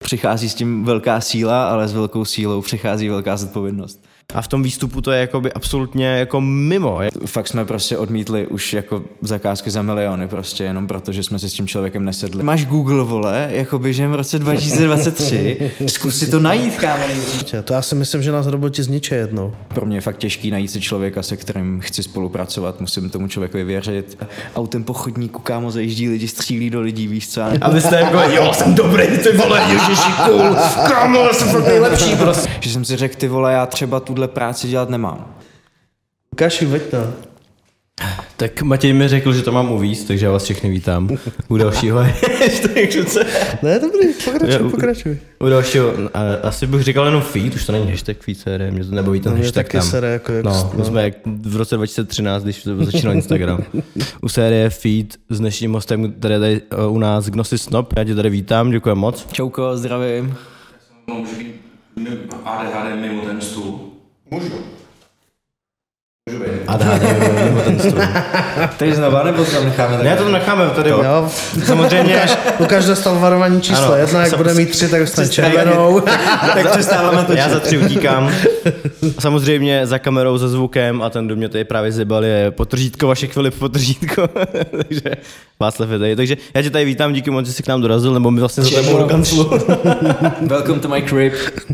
Přichází s tím velká síla, ale s velkou sílou přichází velká zodpovědnost. A v tom výstupu to je jakoby absolutně jako mimo. Fakt jsme prostě odmítli už jako zakázky za miliony prostě jenom proto, že jsme si s tím člověkem nesedli. Máš Google, vole, jakoby žijeme v roce 2023, zkus si to najít, kámo. To já si myslím, že nás roboti zničí jednou. Pro mě je fakt těžký najít si člověka, se kterým chci spolupracovat, musím tomu člověku věřit. Autem po chodníku, kámo, zajíždí lidi, střílí do lidí, víš co? A vy jste jako, jo, jsem dobrý, ty vole, ježiši, cool, kámo, jsem fakt nejlepší prostě. Že jsem si řekl, ty vole, já třeba tuhle práci dělat nemám. Lukáši, veď to. Tak Matěj mi řekl, že to mám uvíct, takže já vás všechny vítám. U dalšího. Ne, dobrý, pokračuj. U dalšího, asi bych říkal jenom feed, už to není hashtag feed série, mě to nebojí ten hashtag tam. Série, jako my jsme jak v roce 2013, když začínal Instagram. U série feed s dnešním hostem, který je tady u nás Gnosis Snob, já tě tady vítám, děkuji moc. Čauko, zdravím. Můžu být ADHD mimo ten stůl? Můžu být. ADHD mimo ten stůl. Takže znova, nebo to tam necháme? Ne, to necháme tady. Jo, samozřejmě. Lukáš dostal varování číslo 1, jak bude mít 3, tak dostane červenou. Tak přestáváme to. Já za 3 utíkám. Samozřejmě za kamerou, za zvukem a ten, kdo mě tady právě zjebal, je potržítko, vaše Filip potržítko. Takže Václav je tady. Takže já tě tady vítám, díky moc, že jsi k nám dorazil, nebo my vlastně za tebou do kanclu. Welcome to my crib.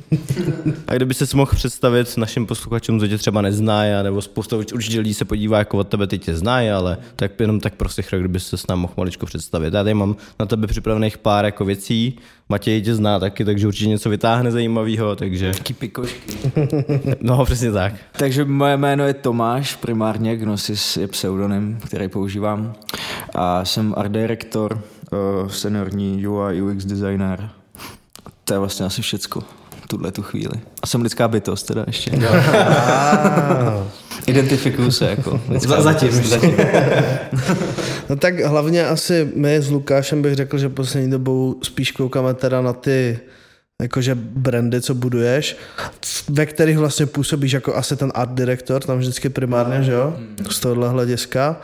A kdyby se mohl představit našim posluchačům, co tě třeba neznají, nebo spousta určitě lidí se podívá, jako od tebe teď tě znají, ale tak jenom tak prostě, kdyby se s námi mohl maličko představit. Já tady mám na tebe připravených pár jako věcí. Matěj tě zná taky, takže určitě něco vytáhne zajímavého, takže... Taky pikošky. No, přesně tak. Takže moje jméno je Tomáš, primárně Gnosis je pseudonym, který používám. A jsem art director, seniorní UI UX designer. To je vlastně asi všecko tu chvíli. A jsem lidská bytost teda ještě. Identifikuju se jako Zatím. No tak hlavně asi my s Lukášem bych řekl, že poslední dobou spíš koukáme teda na ty jakože brandy, co buduješ, ve kterých vlastně působíš jako asi ten art director, tam vždycky primárně, že jo? Z tohohle hlediska.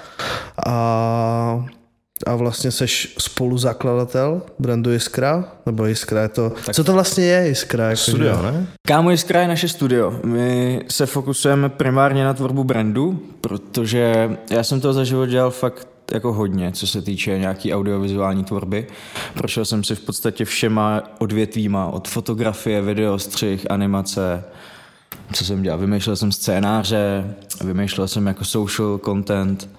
A vlastně seš spoluzakladatel brandu Jiskra, nebo Jiskra je to... Tak co to vlastně je Jiskra? Jako studio, že? ne? Kámo, Jiskra je naše studio. My se fokusujeme primárně na tvorbu brandu, protože já jsem toho za život dělal fakt jako hodně, co se týče nějaký audiovizuální tvorby. Prošel jsem si v podstatě všema odvětvíma, od fotografie, videostřih, animace. Co jsem dělal? Vymýšlel jsem scénáře, vymýšlel jsem jako social content,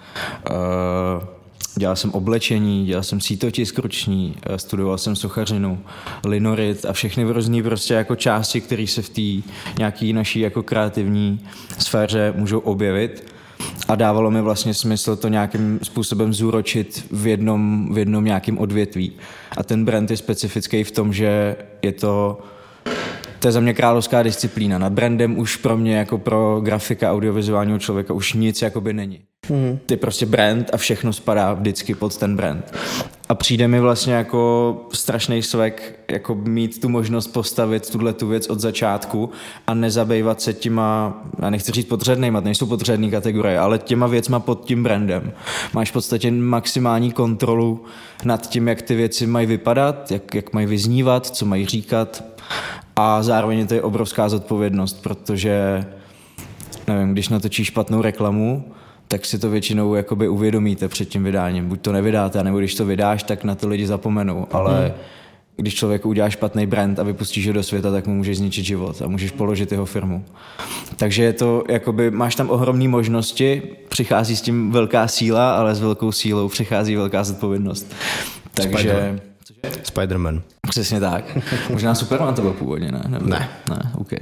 dělal jsem oblečení, dělal jsem sítotisk ruční, studoval jsem sochařinu, linorit a všechny různý prostě jako části, které se v té nějaký naší jako kreativní sféře můžou objevit. A dávalo mi vlastně smysl to nějakým způsobem zúročit v jednom nějakým odvětví. A ten brand je specifický v tom, že je to je za mě královská disciplína. Nad brandem už pro mě jako pro grafika audiovizuálního člověka už nic jakoby není. To je prostě brand a všechno spadá vždycky pod ten brand. A přijde mi vlastně jako strašný svek jako mít tu možnost postavit tu věc od začátku a nezabývat se těma, já nechci říct podřadnejma, to nejsou podřadný kategorie, ale těma věcma pod tím brandem. Máš v podstatě maximální kontrolu nad tím, jak ty věci mají vypadat, jak mají vyznívat, co mají říkat a zároveň to je obrovská zodpovědnost, protože nevím, když natočíš špatnou reklamu, tak si to většinou jakoby uvědomíte před tím vydáním. Buď to nevydáte, nebo když to vydáš, tak na to lidi zapomenou, ale když člověku udělá špatný brand a vypustíš ho do světa, tak mu můžeš zničit život a můžeš položit jeho firmu. Takže je to, jakoby, máš tam ohromné možnosti, přichází s tím velká síla, ale s velkou sílou přichází velká zodpovědnost. Takže... Spider-Man. Přesně tak. Možná Superman to byl původně, ne? Ne, OK.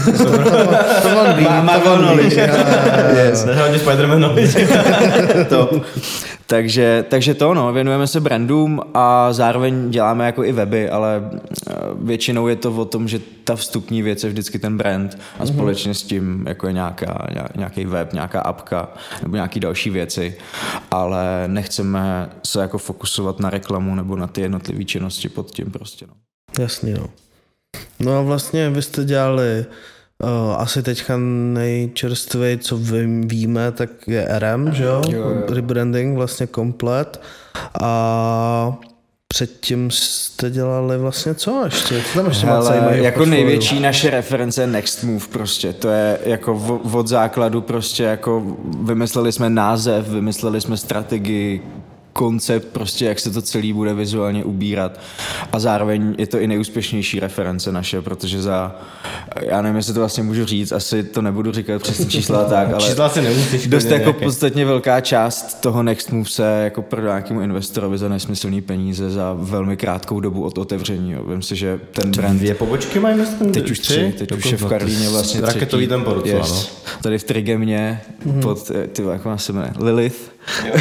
To on ví, to on ví. Hlavně Spider-Man knowledge. Top. Takže to, no, věnujeme se brandům a zároveň děláme jako i weby, ale většinou je to o tom, že ta vstupní věc je vždycky ten brand a společně s tím jako je nějaký web, nějaká apka nebo nějaký další věci, ale nechceme se jako fokusovat na reklamu nebo na ty jednotlivé činnosti pod tím prostě, no. Jasně, no. No a vlastně vy jste dělali asi teďka nejčerstvěji, co víme, tak je RM, že jo? Rebranding vlastně komplet. A předtím jste dělali vlastně co ještě? Co tam ještě máte zajímavého jako portfoliu? největší naše reference je Next Move prostě. To je jako od základu prostě jako vymysleli jsme název, vymysleli jsme strategii, koncept prostě, jak se to celý bude vizuálně ubírat a zároveň je to i nejúspěšnější reference naše, protože já nevím, jestli to vlastně můžu říct, asi to nebudu říkat přesně čísla tak, ale čísla si nemusíš dost jako podstatně velká část toho Next Move se jako prodá nějakému investorovi za nesmyslný peníze za velmi krátkou dobu od otevření. Jo. Vím si, že ten brand... 2 pobočky mají myslím? Teď už 3, teď už je v Karlíně vlastně třetí. Raketový tempo docela, no. Tady v Trigemě pod, jak má se jmenuje, Lilith.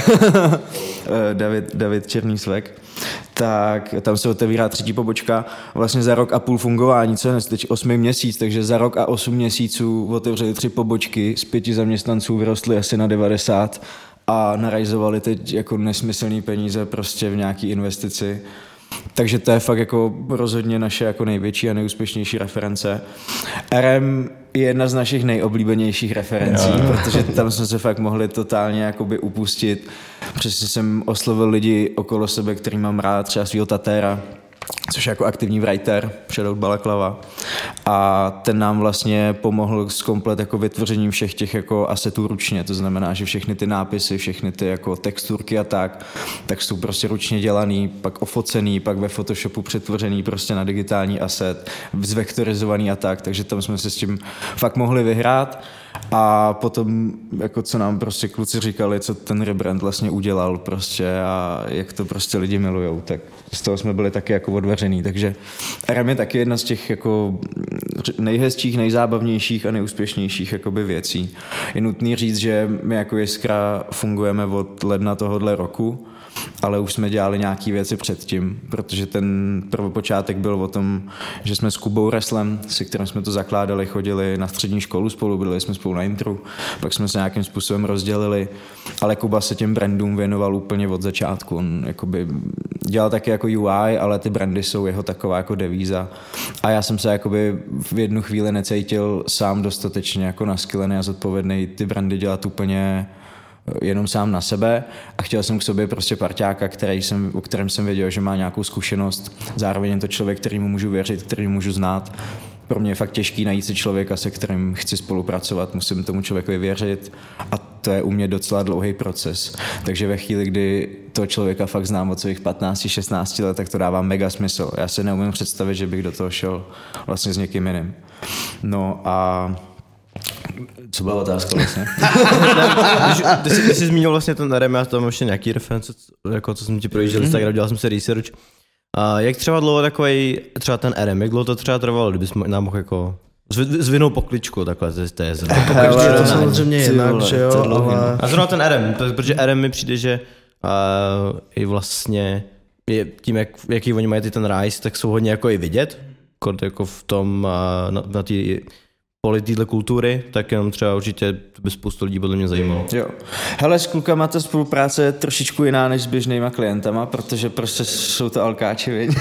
David Černý Svek, tak tam se otevírá 3. pobočka vlastně za rok a půl fungování, co je teď 8 měsíc, takže za rok a 8 měsíců otevřeli 3 pobočky, z 5 zaměstnanců vyrostly asi na 90 a narajzovali teď jako nesmyslný peníze prostě v nějaký investici. Takže to je fakt jako rozhodně naše jako největší a nejúspěšnější reference. RM je jedna z našich nejoblíbenějších referencí, protože tam jsme se fakt mohli totálně jakoby upustit. Přesně jsem oslovil lidi okolo sebe, který mám rád, třeba svýho tatéra, což je jako aktivní writer, Shoutout Balaklava. A ten nám vlastně pomohl s komplet jako vytvořením všech těch jako asetů ručně. To znamená, že všechny ty nápisy, všechny ty jako texturky a tak jsou prostě ručně dělaný, pak ofocený, pak ve Photoshopu přetvořený prostě na digitální aset, zvektorizovaný a tak. Takže tam jsme se s tím fakt mohli vyhrát. A potom, jako co nám prostě kluci říkali, co ten rebrand vlastně udělal prostě a jak to prostě lidi milujou, tak z toho jsme byli taky jako odvařený. Takže RM je taky jedna z těch jako nejhezčích, nejzábavnějších a nejúspěšnějších jakoby věcí. Je nutný říct, že my jako Jiskra fungujeme od ledna tohohle roku, ale už jsme dělali nějaké věci předtím, protože ten prvopočátek byl o tom, že jsme s Kubou Reslem, se kterým jsme to zakládali, chodili na střední školu spolu, byli jsme spolu na intru, pak jsme se nějakým způsobem rozdělili, ale Kuba se těm brandům věnoval úplně od začátku. On jakoby dělal taky jako UI, ale ty brandy jsou jeho taková jako devíza. A já jsem se jakoby v jednu chvíli necítil sám dostatečně jako naskylený a zodpovědný ty brandy dělat úplně jenom sám na sebe a chtěl jsem k sobě prostě parťáka, o kterém jsem věděl, že má nějakou zkušenost. Zároveň je to člověk, kterýmu můžu věřit, kterýmu můžu znát. Pro mě je fakt těžký najít si člověka, se kterým chci spolupracovat, musím tomu člověkovi věřit a to je u mě docela dlouhý proces. Takže ve chvíli, kdy toho člověka fakt znám od svých 15-16 let, tak to dává mega smysl. Já si neumím představit, že bych do toho šel vlastně s někým jiným. No a co byla otázka vlastně? Ty jsi zmínil vlastně ten RM, já tam ještě nějaký reference, jako co jsem ti projížděl Instagram, dělal jsem se research. A jak třeba dlouho takovej, třeba ten RM, jak dlouho to třeba trvalo, kdybys nám mohl jako zvinout pokličku, takhle, to je to samozřejmě jinak, že jo, ale... A zrovna ten RM, protože RM mi přijde, že i vlastně tím, jaký oni mají ten rise, tak jsou hodně jako i vidět, jako v tom, na té poli téhle kultury, tak jenom třeba určitě by spoustu lidí podle mě zajímalo. Jo. Hele, s klukama ta spolupráce je trošičku jiná než s běžnýma klientama, protože prostě jsou to alkáči, viď?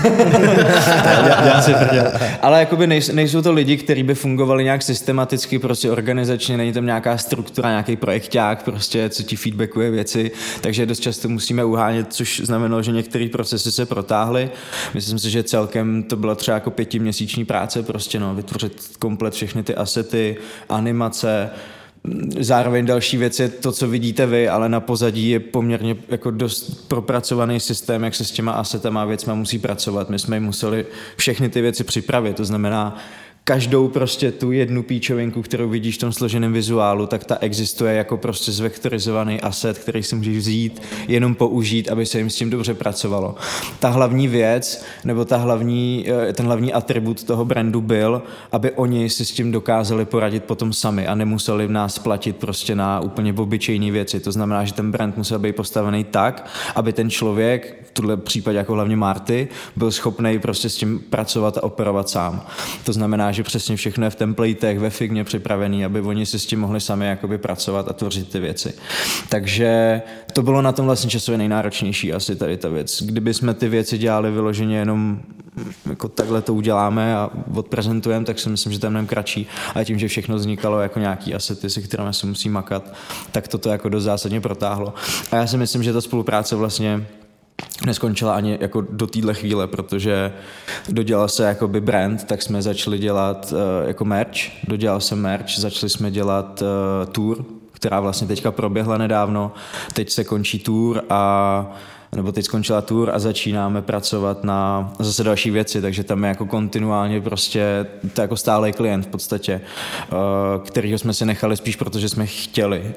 Ale jakoby nejsou to lidi, kteří by fungovali nějak systematicky, prostě organizačně, není tam nějaká struktura, nějaký projekták, prostě, co ti feedbackuje věci, takže dost často musíme uhánět, což znamenalo, že některé procesy se protáhly. Myslím si, že celkem to byla třeba jako 5měsíční práce, prostě vytvořit komplet všechny ty asety, animace. Zároveň další věc je to, co vidíte vy, ale na pozadí je poměrně jako dost propracovaný systém, jak se s těma asetama a věcma musí pracovat. My jsme jim museli všechny ty věci připravit, to znamená, každou prostě tu jednu píčovinku, kterou vidíš v tom složeném vizuálu, tak ta existuje jako prostě zvektorizovaný asset, který si můžeš vzít, jenom použít, aby se jim s tím dobře pracovalo. Ta hlavní věc, nebo ten hlavní atribut toho brandu byl, aby oni si s tím dokázali poradit potom sami a nemuseli v nás platit prostě na úplně obyčejné věci. To znamená, že ten brand musel být postavený tak, aby ten člověk, v tuhle případě jako hlavně Marty, byl schopný prostě s tím pracovat a operovat sám. To znamená, že přesně všechno je v templatech, ve Figmě připravený, aby oni si s tím mohli sami jakoby pracovat a tvořit ty věci. Takže to bylo na tom vlastně časově nejnáročnější asi tady ta věc. Kdyby jsme ty věci dělali vyloženě jenom jako takhle to uděláme a odprezentujeme, tak si myslím, že to je mnohem kratší. Ale tím, že všechno vznikalo jako nějaký asety, se kterými se musí makat, tak toto jako dost zásadně protáhlo. A já si myslím, že ta spolupráce vlastně neskončila ani jako do téhle chvíle, protože dodělal se jakoby brand, tak jsme začali dělat jako merch, dodělal se merch, začali jsme dělat tour, která vlastně teďka proběhla nedávno, teď se končí tour nebo teď skončila tour a začínáme pracovat na zase další věci, takže tam je jako kontinuálně prostě to jako stálej klient v podstatě, kterýho jsme si nechali spíš, protože jsme chtěli.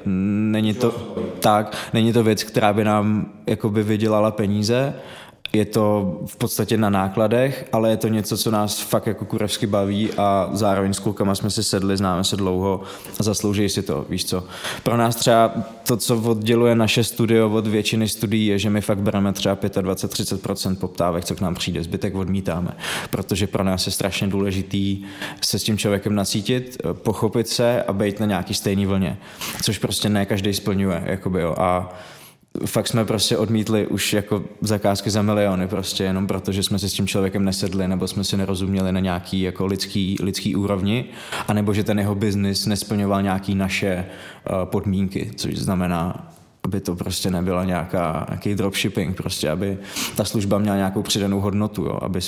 Není to věc, která by nám jakoby vydělala peníze, je to v podstatě na nákladech, ale je to něco, co nás fakt jako kurevsky baví a zároveň s klukama jsme si sedli, známe se dlouho a zaslouží si to, víš co. Pro nás třeba to, co odděluje naše studio od většiny studií, je, že my fakt bereme třeba 25-30% poptávek, co k nám přijde, zbytek odmítáme, protože pro nás je strašně důležitý se s tím člověkem nacítit, pochopit se a být na nějaký stejný vlně, což prostě ne každý splňuje, jakoby jo, a fakt jsme prostě odmítli už jako zakázky za miliony prostě jenom proto, že jsme se s tím člověkem nesedli nebo jsme si nerozuměli na nějaký jako lidský úrovni, anebo že ten jeho biznis nesplňoval nějaký naše podmínky, což znamená, aby to prostě nebyla nějaký dropshipping, prostě aby ta služba měla nějakou přidanou hodnotu, jo, aby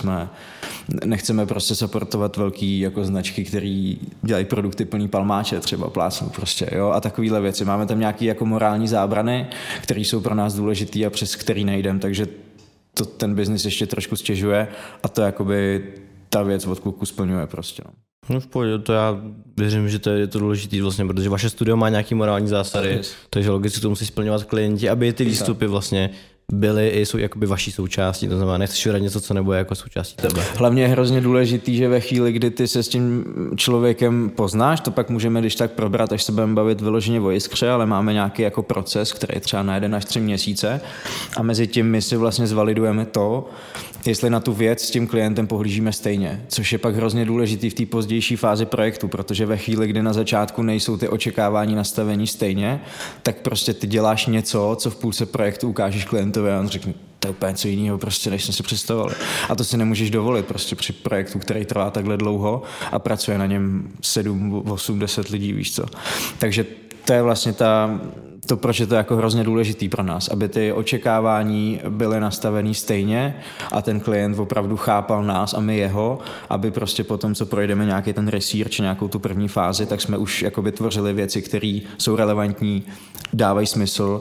nechceme prostě supportovat velký jako značky, který dělají produkty plný palmáče, třeba plácnu prostě, jo, a takovýhle věci. Máme tam nějaký jako morální zábrany, které jsou pro nás důležitý a přes který nejdem, takže to ten biznis ještě trošku stěžuje a to jakoby ta věc od kluku splňuje prostě, no. No v pohodě, to já věřím, že to je to důležitý vlastně, protože vaše studio má nějaký morální zásady, takže logicky to musí splňovat klienti, aby ty výstupy vlastně byly i jsou jakoby vaší součástí, to znamená, nechceš vydat něco, co nebude jako součástí tebe. Hlavně je hrozně důležitý, že ve chvíli, kdy ty se s tím člověkem poznáš, to pak můžeme když tak probrat, až se budeme bavit vyloženě o jiskře, ale máme nějaký jako proces, který je třeba na 1 až 3 měsíce a mezi tím my si vlastně zvalidujeme to, jestli na tu věc s tím klientem pohlížíme stejně, což je pak hrozně důležitý v té pozdější fázi projektu, protože ve chvíli, kdy na začátku nejsou ty očekávání nastavení stejně, tak prostě ty děláš něco, co v půlce projektu ukážeš klientovi a on řekne, to je úplně co jiného, prostě, než jsme si představovali. A to si nemůžeš dovolit prostě při projektu, který trvá takhle dlouho a pracuje na něm 7, 8, 10 lidí, víš co. Takže to je vlastně to, proč je to jako hrozně důležitý pro nás, aby ty očekávání byly nastavený stejně a ten klient opravdu chápal nás a my jeho, aby prostě potom, co projdeme nějaký ten research, nějakou tu první fázi, tak jsme už jako vytvořili věci, které jsou relevantní, dávají smysl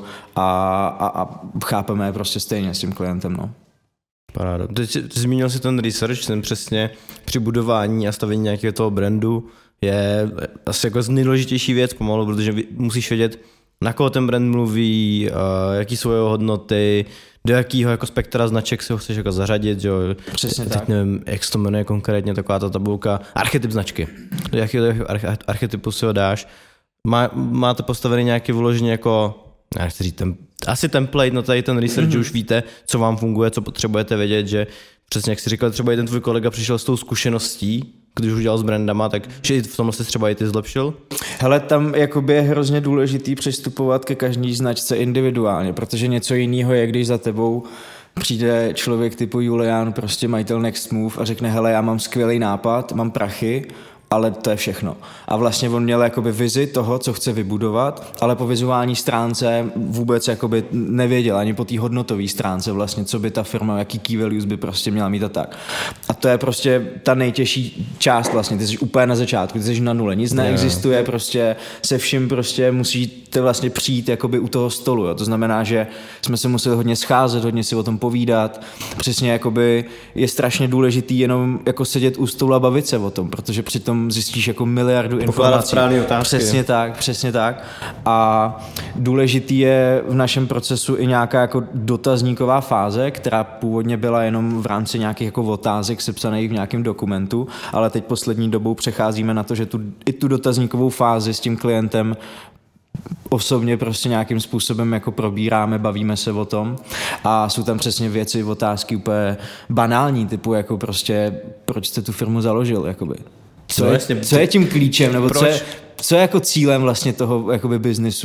a chápeme je prostě stejně s tím klientem, no. Paráda. Teď zmínil si ten research, ten přesně při budování a stavení nějakého toho brandu je asi jako nejdůležitější věc pomalu, protože musíš vědět, na koho ten brand mluví, jaký jsou jeho hodnoty, do jakého jako spektra značek si ho chceš jako zařadit, jo. Přesně teď tak. nevím, jak se to jmenuje konkrétně, taková ta tabulka, archetyp značky. Do jakého archetypu si ho dáš. Máte postavený nějaký vyložený jako, já nechci říct, asi template na tady ten research, že už víte, co vám funguje, co potřebujete vědět, že přesně jak jsi říkal, třeba jeden tvůj kolega přišel s tou zkušeností, když už dělal s brandama, tak že v tomhle se třeba i ty zlepšil? Hele, tam jakoby je hrozně důležitý přistupovat ke každý značce individuálně, protože něco jiného je, když za tebou přijde člověk typu Julián, prostě majitel Next Move a řekne, hele, já mám skvělý nápad, mám prachy, ale to je všechno. A vlastně on měl jakoby vizi toho, co chce vybudovat, ale po vizuální stránce vůbec jakoby nevěděl, ani po té hodnotové stránce vlastně, co by ta firma, jaký key values by prostě měla mít a tak. A to je prostě ta nejtěžší část vlastně, ty jsi úplně na začátku, ty jsi na nule, nic neexistuje, prostě se vším prostě musíte vlastně přijít jakoby u toho stolu, jo. To znamená, že jsme se museli hodně scházet, hodně si o tom povídat, přesně jakoby je strašně důležitý jenom jako sedět u stolu a bavit se o tom, protože přitom zjistíš jako miliardu informací. Přesně tak. A důležitý je v našem procesu i nějaká jako dotazníková fáze, která původně byla jenom v rámci nějakých jako otázek sepsaných v nějakém dokumentu, ale teď poslední dobou přecházíme na to, že i tu dotazníkovou fázi s tím klientem osobně prostě nějakým způsobem jako probíráme, bavíme se o tom a jsou tam přesně věci, otázky úplně banální, typu jako prostě proč jste tu firmu založil, jakoby. Co je tím klíčem, nebo co je jako cílem vlastně toho jakoby biznisu?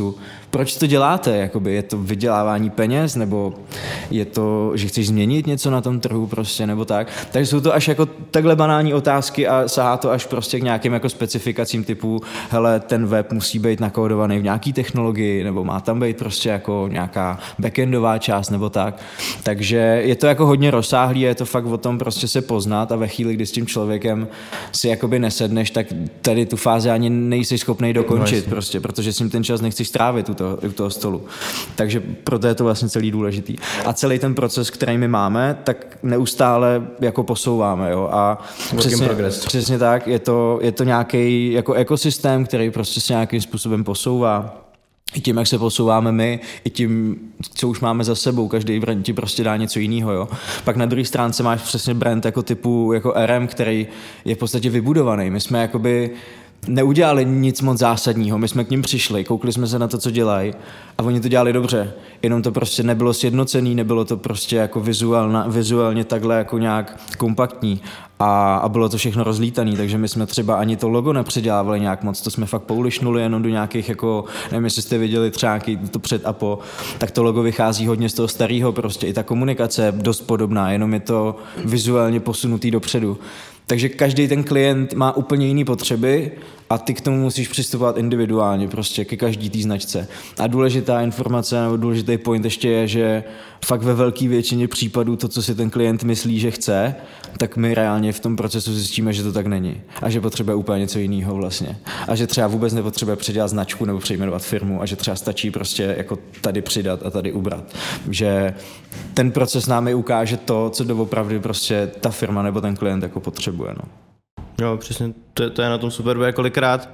proč to děláte, jakoby je to vydělávání peněz, nebo je to, že chceš změnit něco na tom trhu prostě, nebo tak. Takže jsou to až jako takhle banální otázky a sahá to až prostě k nějakým jako specifikacím typu, hele, ten web musí být nakódovaný v nějaký technologii, nebo má tam být prostě jako nějaká backendová část, nebo tak. Takže je to jako hodně rozsáhlý, je to fakt o tom prostě se poznat a ve chvíli, kdy s tím člověkem si jakoby nesedneš, tak tady tu fázi ani nejsi schopnej dokončit prostě, protože s ním ten čas nechceš strávit u toho stolu. Takže proto je to vlastně celý důležitý. A celý ten proces, který my máme, tak neustále jako posouváme, jo. A přesně tak, je to nějaký jako ekosystém, který prostě se nějakým způsobem posouvá. I tím, jak se posouváme my, i tím, co už máme za sebou, každý brand ti prostě dá něco jiného, jo. Pak na druhé stránce máš přesně brand jako typu jako RM, který je v podstatě vybudovaný. My jsme jakoby neudělali nic moc zásadního, my jsme k ním přišli, koukli jsme se na to, co dělají a oni to dělali dobře, jenom to prostě nebylo sjednocený, nebylo to prostě jako vizuálně takhle jako nějak kompaktní a bylo to všechno rozlítaný, takže my jsme třeba ani to logo nepředělávali nějak moc, to jsme fakt poulišnuli jenom do nějakých jako, nevím, jestli jste viděli třeba nějaký to před a po, tak to logo vychází hodně z toho starého prostě, i ta komunikace je dost podobná, jenom je to vizuálně posunutý dopředu. Takže každý ten klient má úplně jiné potřeby a ty k tomu musíš přistupovat individuálně prostě ke každý té značce. A důležitá informace nebo důležitý point ještě je, že fakt ve velké většině případů to, co si ten klient myslí, že chce, tak my reálně v tom procesu zjistíme, že to tak není. A že potřebuje úplně něco jiného vlastně. A že třeba vůbec nepotřebuje předělat značku nebo přejmenovat firmu a že třeba stačí prostě jako tady přidat a tady ubrat. Že ten proces nám i ukáže to, co doopravdy prostě ta firma nebo ten klient jako potřebuje. No. Jo, přesně, to je na tom super, protože kolikrát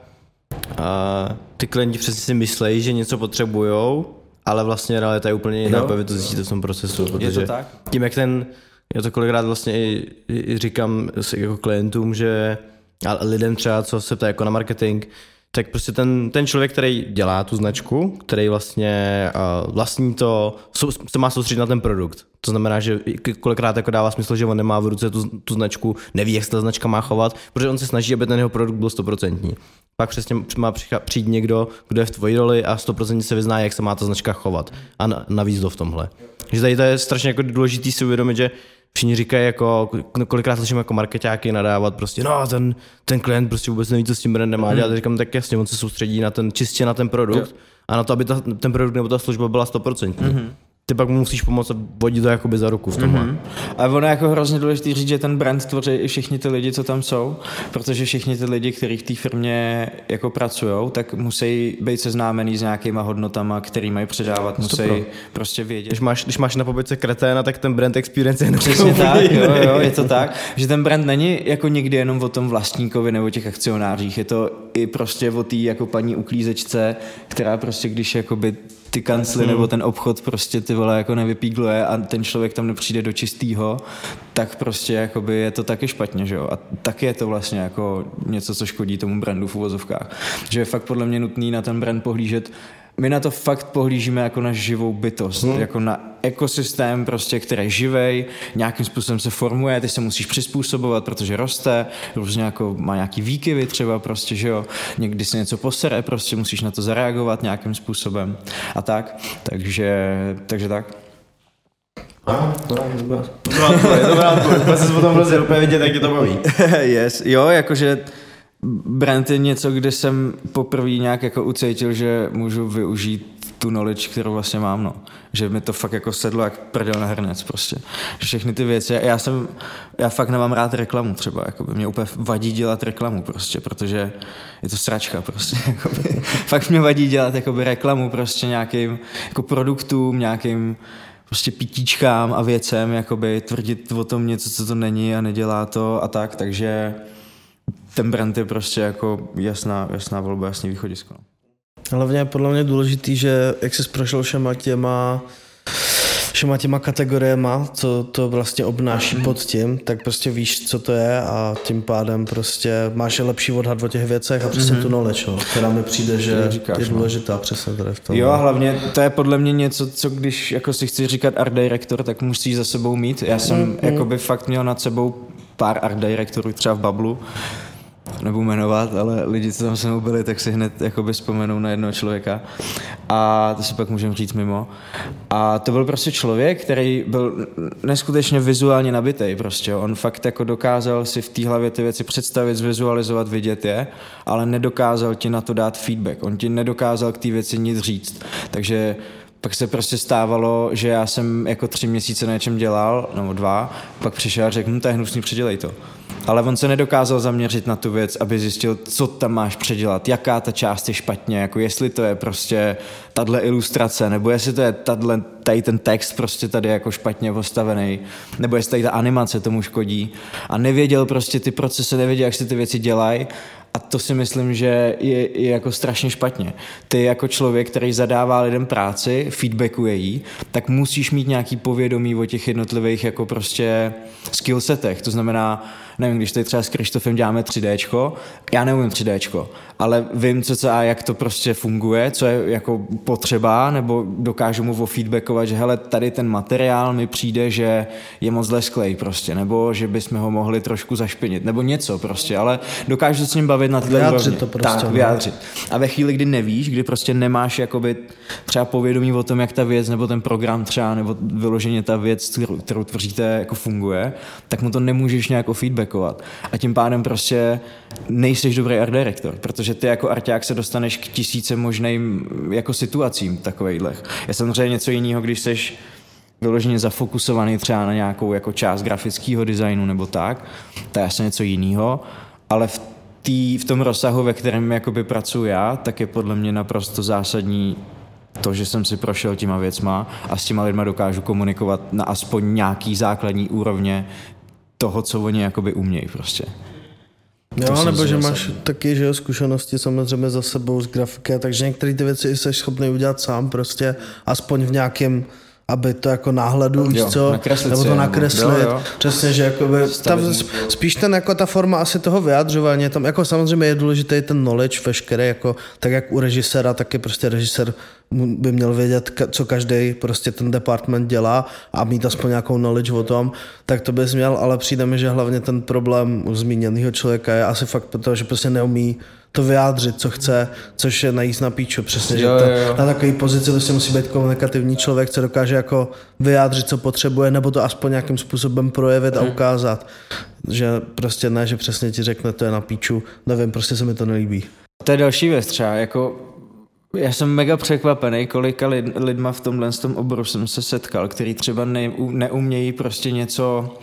ty klienti přesně si myslejí, že něco potřebujou, ale vlastně realita je úplně jiná, vy to zjistíte v tom procesu, protože je to tak? Tím, jak já to kolikrát vlastně i říkám jako klientům, že a lidem třeba, co se ptá jako na marketing, tak prostě ten člověk, který dělá tu značku, který vlastně vlastní to, se má soustředit na ten produkt. To znamená, že kolikrát jako dává smysl, že on nemá v ruce tu značku, neví, jak se ta značka má chovat, protože on se snaží, aby ten jeho produkt byl 100%. Pak přesně má přijít někdo, kdo je v tvojí roli a 100% se vyzná, jak se má ta značka chovat a navíc v tomhle. Takže tady to je strašně jako důležitý si uvědomit, že všichni říkají, jako, kolikrát slyším jako markeťáky nadávat prostě, no ten klient prostě vůbec neví, co s tím brandem má dělat. A říkám, tak jasně, on se soustředí čistě na ten produkt a na to, aby ten produkt nebo ta služba byla 100%. Ty pak mu musíš pomoct a vodit to jakoby za ruku v tomhle. A ono je jako hrozně důležitý říct, že ten brand tvoří i všichni ty lidi, co tam jsou, protože všichni ty lidi, kteří v té firmě jako pracujou, tak musí být seznámený s nějakýma hodnotama, který mají předávat, musí prostě vědět. Když máš na pobytce kreténa, tak ten brand experience je přesně tak, jo, je to tak, že ten brand není jako nikdy jenom o tom vlastníkovi nebo těch akcionářích, je to i prostě o té jako paní uklízečce, která prostě když jakoby ty kancly nebo ten obchod prostě ty vole jako nevypígluje a ten člověk tam nepřijde do čistýho, tak prostě jakoby je to taky špatně, že jo? A taky je to vlastně jako něco, co škodí tomu brandu v uvozovkách. Že je fakt podle mě nutný na ten brand pohlížet. My na to fakt pohlížíme jako na živou bytost, jako na ekosystém prostě, který je živej, nějakým způsobem se formuje, ty se musíš přizpůsobovat, protože roste, různě jako má nějaký výkyvy třeba prostě, že jo, někdy se něco posere, prostě musíš na to zareagovat nějakým způsobem a tak, takže tak. Dobrá, se potom prostě úplně vidět, jak tě to baví. Yes. Jo, jakože brand je něco, kde jsem poprvé nějak jako ucítil, že můžu využít tu knowledge, kterou vlastně mám, no. Že mi to fakt jako sedlo jak prdel na hrnec prostě. Všechny ty věci, já fakt nemám rád reklamu třeba, jakoby. Mě úplně vadí dělat reklamu prostě, protože je to sračka prostě, jakoby. Fakt mě vadí dělat jakoby reklamu prostě nějakým jako produktům, nějakým prostě pitíčkám a věcem, jakoby tvrdit o tom něco, co to není a nedělá to a tak, takže ten brand je prostě jako jasná volba, jasný východisko. Hlavně je podle mě důležitý, že jak jsi prošel všema těma kategoriema, co to vlastně obnáší pod tím, tak prostě víš, co to je a tím pádem prostě máš lepší odhad o těch věcech a přesně tu knowledge, která mi přijde, že je důležitá přesně tady v tom. Jo, a hlavně to je podle mě něco, co když jako si chci říkat art director, tak musíš za sebou mít. Já jsem jakoby fakt měl nad sebou pár art directorů třeba v Bablu, nebudu jmenovat, ale lidi, co tam se mnou byli, tak si hned jakoby vzpomenou na jednoho člověka a to si pak můžeme říct mimo. A to byl prostě člověk, který byl neskutečně vizuálně nabitej prostě. On fakt jako dokázal si v té hlavě ty věci představit, zvizualizovat, vidět je, ale nedokázal ti na to dát feedback. On ti nedokázal k té věci nic říct. Takže pak se prostě stávalo, že já jsem jako 3 měsíce na něčem dělal, nebo 2, pak přišel a řekl, to je hnusný, předělej to. Ale on se nedokázal zaměřit na tu věc, aby zjistil, co tam máš předělat, jaká ta část je špatně, jako jestli to je prostě tahle ilustrace, nebo jestli to je tady ten text prostě tady jako špatně postavený, nebo jestli tady ta animace tomu škodí. A nevěděl prostě ty procesy, nevěděl, jak se ty věci dělají. A to si myslím, že je jako strašně špatně. Ty jako člověk, který zadává lidem práci, feedbackuje jí, tak musíš mít nějaký povědomí o těch jednotlivých jako prostě skillsetech. To znamená, nevím, když tady třeba s Krištofem děláme 3Dčko, já neumím 3Dčko, ale vím, co a jak to prostě funguje, co je jako potřeba, nebo dokážu mu feedbackovat, že hele, tady ten materiál mi přijde, že je moc lesklej prostě, nebo že bychom ho mohli trošku zašpinit, nebo něco prostě, ale dokážu se s ním bavit na tyhle úrovni. To prostě, tak, vyjádřit. A ve chvíli, kdy nevíš, kdy prostě nemáš jakoby třeba povědomí o tom, jak ta věc, nebo ten program třeba, nebo vyloženě ta věc, kterou tvoříte, jako funguje, tak mu to nemůžeš nějak feedbackovat. A tím pádem prostě nejseš dobrý art director, protože ty jako arťák se dostaneš k 1000 možným jako situacím takovejhlech. Je samozřejmě něco jiného, když seš vyloženě zafokusovaný třeba na nějakou jako část grafického designu nebo tak, to je asi něco jiného, ale v tom rozsahu, ve kterém jakoby pracuji já, tak je podle mě naprosto zásadní to, že jsem si prošel těma věcma a s těma lidma dokážu komunikovat na aspoň nějaký základní úrovně toho, co oni jakoby umějí prostě. Jo, nebo že máš taky, že zkušenosti samozřejmě za sebou z grafiky, takže některé ty věci jsi schopný udělat sám prostě, aspoň v nějakém, aby to jako náhledu, víš co, nebo to nakreslit. Jo. Přesně, že jakoby, spíš ten jako ta forma asi toho vyjadřování, tam jako samozřejmě je důležitý ten knowledge veškerý, jako tak jak u režiséra, tak je prostě režisér by měl vědět, co každý prostě ten department dělá a mít aspoň nějakou knowledge o tom, tak to bys měl, ale přijde mi, že hlavně ten problém u zmíněného člověka je asi fakt proto, že prostě neumí to vyjádřit, co chce, což je najíst na píču, přesně, že na takové pozici vlastně musí být komunikativní člověk, co dokáže jako vyjádřit, co potřebuje, nebo to aspoň nějakým způsobem projevit a ukázat, že prostě ne, že přesně ti řekne, to je na píču, nevím, prostě se mi to nelíbí. To je další věc třeba, jako já jsem mega překvapený, kolika lidma v tomhle oboru jsem se setkal, který třeba neumějí prostě něco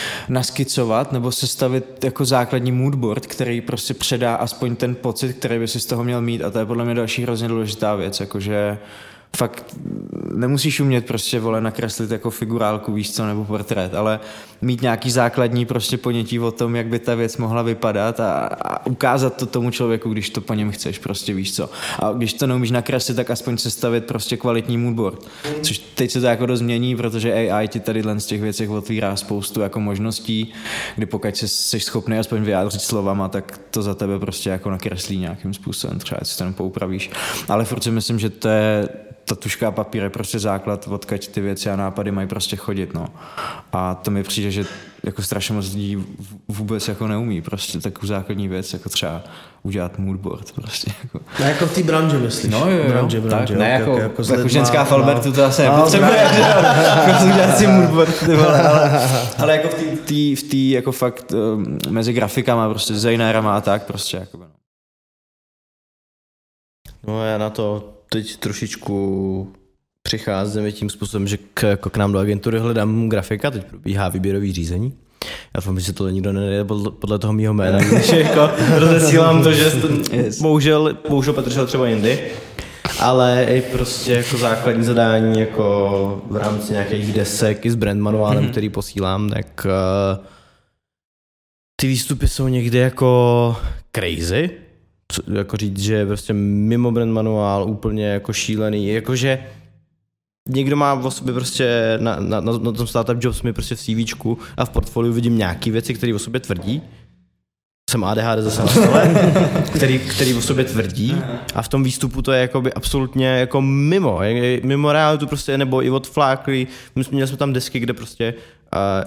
naskicovat nebo sestavit jako základní moodboard, který prostě předá aspoň ten pocit, který by si z toho měl mít, a to je podle mě další hrozně důležitá věc, jakože fakt nemusíš umět prostě nakreslit jako figurálku, víš co, nebo portrét, ale mít nějaký základní prostě ponětí o tom, jak by ta věc mohla vypadat a ukázat to tomu člověku, když to po něm chceš, prostě víš co. A když to neumíš nakreslit, tak aspoň sestavit prostě kvalitní moodboard. Což teď se to jako dost mění, protože AI ti tady z těch věcech otvírá spoustu jako možností, kdy pokud jsi schopný aspoň vyjádřit slovama, tak to za tebe prostě jako nakreslí nějakým způsobem, třeba si to poupravíš. Ale furt si myslím, že to je ta tužka a papír je prostě základ, odkud ty věci a nápady mají prostě chodit, no. A to mi přijde, že jako strašně moc lidí vůbec jako neumí prostě takovou základní věc, jako třeba udělat moodboard prostě. Jako. No jako v té branži myslíš? No jo, branži, tak ne jako lidma, ženská v Albertu to asi nepotřebuje, jako udělat si moodboard, ty vole, ale jako v té jako fakt mezi grafikama, prostě designérama a tak prostě jako. No já na to teď trošičku přicházím tím způsobem, že k nám do agentury hledám grafika, teď probíhá výběrový řízení. Já doufám, že se to nikdo nejde podle toho mýho jména, když jako rozesílám to, že bohužel Petr třeba jindy, ale i prostě jako základní zadání jako v rámci nějakých desek i s brand manuálem, který posílám, tak ty výstupy jsou někde jako crazy, jako říct, že je prostě mimo brand manuál úplně jako šílený, jakože někdo má o sobě prostě na tom Startup Jobs mi prostě v CVčku a v portfoliu vidím nějaký věci, které o sobě tvrdí. Jsem ADHD zase na stole, který o sobě tvrdí a v tom výstupu to je jakoby absolutně jako mimo realitu prostě, nebo i odfláklý. Měli jsme tam desky, kde prostě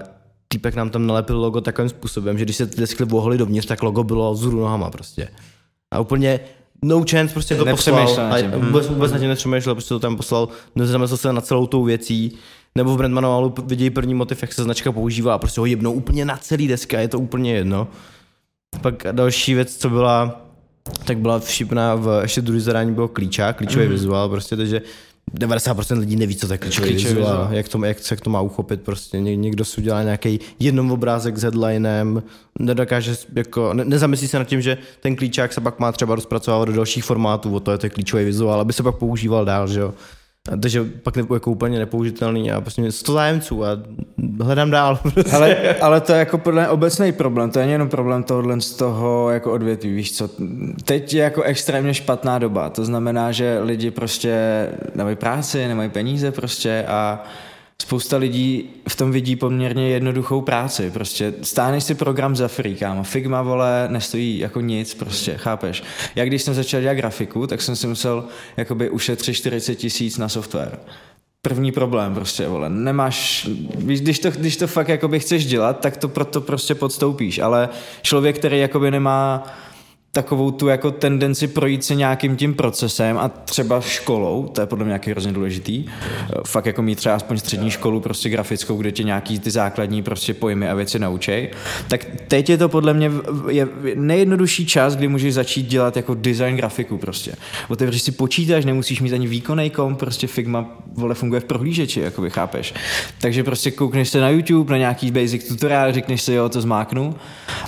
týpek nám tam nalepil logo takovým způsobem, že když se ty desky vohly dovnitř, tak logo bylo vzhůru nohama prostě. A úplně no chance prostě to poslal. A vůbec na tím nepřemýšlel, prostě to tam poslal, nezamyslel se na celou tou věcí. Nebo v brand manuálu vidějí první motiv, jak se značka používá a prostě ho jebnou úplně na celý deska, je to úplně jedno. Pak další věc, co byla, tak byla všipná, ještě druhý zadání bylo klíčový vizuál, prostě, takže 90% lidí neví, co to je klíčový vizuál, jak se to má uchopit, prostě někdo si udělá nějaký jednom obrázek s headlinem, nedokáže, jako, nezamyslí se nad tím, že ten klíčák se pak má třeba rozpracovávat do dalších formátů, to je klíčový vizuál, aby se pak používal dál, že jo. Takže pak jako úplně nepoužitelný a prostě 100 zájemců a hledám dál. Prostě. Ale to je jako podle mě obecný problém, to je jenom problém tohohle z toho jako odvětví, víš co. Teď je jako extrémně špatná doba, to znamená, že lidi prostě nemají práci, nemají peníze prostě a spousta lidí v tom vidí poměrně jednoduchou práci, prostě stáhneš si program za free, kámo, Figma, vole, nestojí jako nic, prostě, chápeš. Já když jsem začal dělat grafiku, tak jsem si musel jakoby ušetřit 40 000 na software. První problém prostě, vole, nemáš, když to fakt jakoby chceš dělat, tak to proto prostě podstoupíš, ale člověk, který jakoby nemá takovou tu jako tendenci projít se nějakým tím procesem a třeba školou, to je podle mě nějaký hrozně důležitý, fakt jako mít třeba aspoň střední školu prostě grafickou, kde tě nějaký ty základní prostě pojmy a věci naučej, tak teď je to podle mě je nejjednodušší čas, kdy můžeš začít dělat jako design grafiku prostě. Otevřeš si počítač, nemusíš mít ani výkonnej komp, prostě Figma, vole, funguje v prohlížeči, jakoby, chápeš. Takže prostě koukneš se na YouTube, na nějaký basic tutoriál, řekneš si, jo, to zmáknu,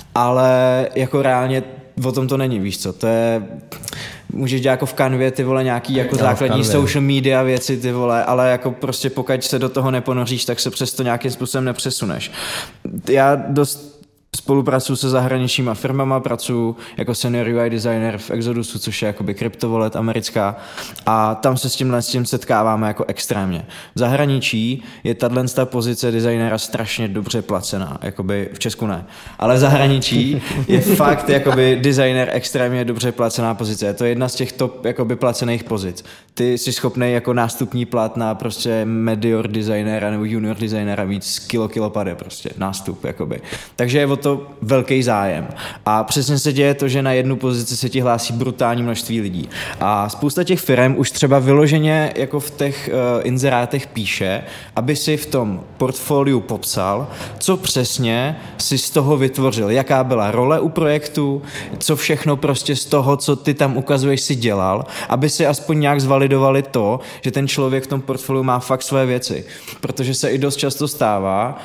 ale jako reálně o tom to není, víš co, to je, můžeš dělat jako v Canvě, ty vole, nějaký jako základní social media věci, ty vole, ale jako prostě pokud se do toho neponoříš, tak se přesto nějakým způsobem nepřesuneš. Já dost spolupracuju se zahraničníma firmama, pracuju jako senior UI designer v Exodusu, což je jakoby kryptovalet americká a tam se s tím setkáváme jako extrémně. V zahraničí je tato pozice designera strašně dobře placená, jakoby v Česku ne, ale v zahraničí je fakt jakoby designer extrémně dobře placená pozice. Je to jedna z těch top jakoby placených pozic. Ty jsi schopnej jako nástupní plat na prostě medior designera nebo junior designera mít z kilopade prostě nástup jakoby. Takže je o to velký zájem. A přesně se děje to, že na jednu pozici se ti hlásí brutální množství lidí. A spousta těch firm už třeba vyloženě jako v těch inzerátech píše, aby si v tom portfoliu popsal, co přesně si z toho vytvořil, jaká byla role u projektu, co všechno prostě z toho, co ty tam ukazuješ, si dělal, aby si aspoň nějak zvalidovali to, že ten člověk v tom portfoliu má fakt své věci. Protože se i dost často stává,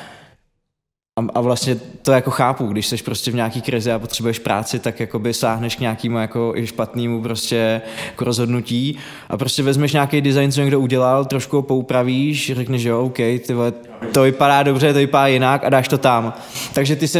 a vlastně to jako chápu, když jsi prostě v nějaký krizi a potřebuješ práci, tak jakoby sáhneš k nějakému jako i špatnému prostě jako rozhodnutí a prostě vezmeš nějaký design, co někdo udělal, trošku ho poupravíš, řekneš, že jo, OK, ty vole, to vypadá dobře, to vypadá jinak a dáš to tam. Takže ty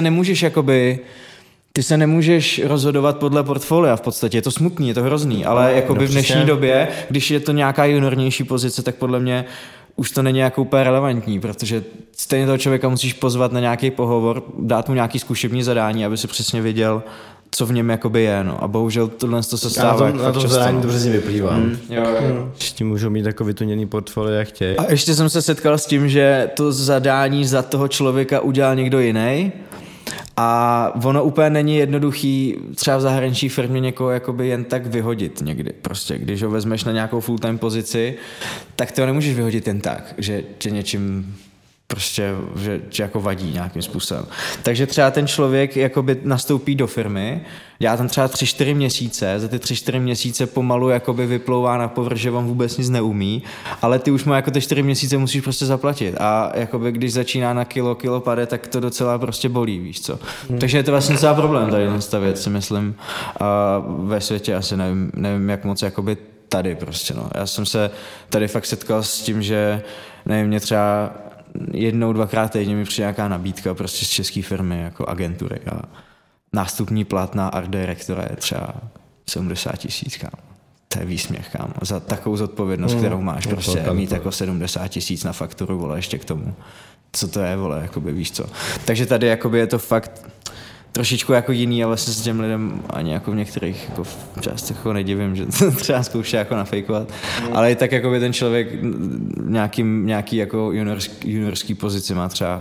se nemůžeš rozhodovat podle portfolia v podstatě, je to smutný, je to hrozný, ale jakoby v dnešní době, když je to nějaká juniornější pozice, tak podle mě už to není jako úplně relevantní, protože stejně toho člověka musíš pozvat na nějaký pohovor, dát mu nějaký zkušební zadání, aby si přesně věděl, co v něm jakoby je, no. A bohužel tohle to se stává. Na tom zadání to přesně vyplývá. Jo. Ještě můžou mít jako vytuněný portfolio, jak chtějí. A ještě jsem se setkal s tím, že to zadání za toho člověka udělal někdo jiný. A ono úplně není jednoduchý třeba v zahraniční firmě někoho jakoby jen tak vyhodit někdy. Prostě, když ho vezmeš na nějakou full-time pozici, tak ty ho nemůžeš vyhodit jen tak, že tě něčím prostě, že jako vadí nějakým způsobem. Takže třeba ten člověk jakoby nastoupí do firmy, dělá tam třeba 3-4 měsíce, za ty 3-4 měsíce pomalu jakoby vyplouvá na povrch, že vám vůbec nic neumí, ale ty už mu jako ty 4 měsíce musíš prostě zaplatit a jakoby když začíná na kilo pade, tak to docela prostě bolí, víš co. Takže je to vlastně celá problém tady ta věc, si myslím, a ve světě asi nevím jak moc jakoby tady prostě, no. Já jsem se tady fakt setkal s tím, že nevím, mě třeba 1-2krát týdně mi přijde nějaká nabídka prostě z české firmy, jako agentury a nástupní plat na art directora je třeba 70 000, kámo. To je výsměch, kámo. Za takovou zodpovědnost, kterou máš, prostě mít jako 70 000 na fakturu, vole, ještě k tomu. Co to je, vole, jakoby, víš co. Takže tady jakoby je to fakt trošičku jako jiný a vlastně s těm lidem ani jako v některých jako v částech jako nedivím, že to třeba zkouší jako nafejkovat, ale i tak jako by ten člověk nějaký jako juniorský pozici má třeba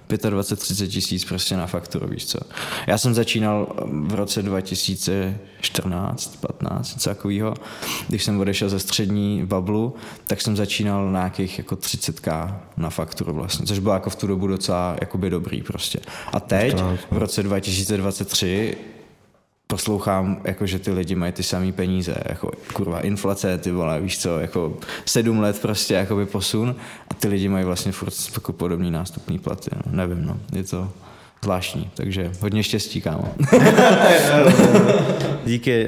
25-30 tisíc prostě na fakturu, víš co. Já jsem začínal v roce 2014, 15, něco takového, když jsem odešel ze střední bablu, tak jsem začínal na nějakých jako 30k na fakturu vlastně, což bylo jako v tu dobu docela jakoby dobrý prostě. A teď v roce 2023 poslouchám, jako, že ty lidi mají ty samý peníze, jako kurva inflace, ty vole, víš co, jako 7 let prostě jakoby posun a ty lidi mají vlastně furt jako podobný nástupný platy, no. Nevím, no, je to zvláštní, takže hodně štěstí, kámo. Díky,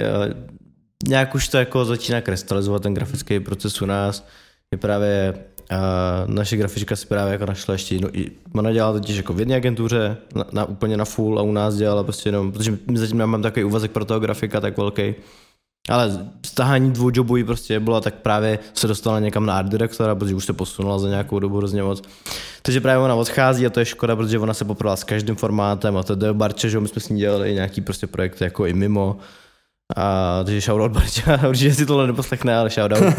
nějak už to jako začíná krystalizovat ten grafický proces u nás, je právě naše grafička si právě jako našla ještě jednu, ona dělala totiž jako v jedné agentuře, úplně na full a u nás dělala prostě jenom, protože my zatím máme takový úvazek pro toho grafika tak velký, ale stahání 2 jobů prostě bylo, tak právě se dostala někam na art direktora, protože už se posunula za nějakou dobu hrozně moc. Takže právě ona odchází a to je škoda, protože ona se poprala s každým formátem a to je Barče, že my jsme s ní dělali nějaký prostě projekty jako i mimo. A takže shoutout Barča, určitě si tohle neposlechne, ale shoutout.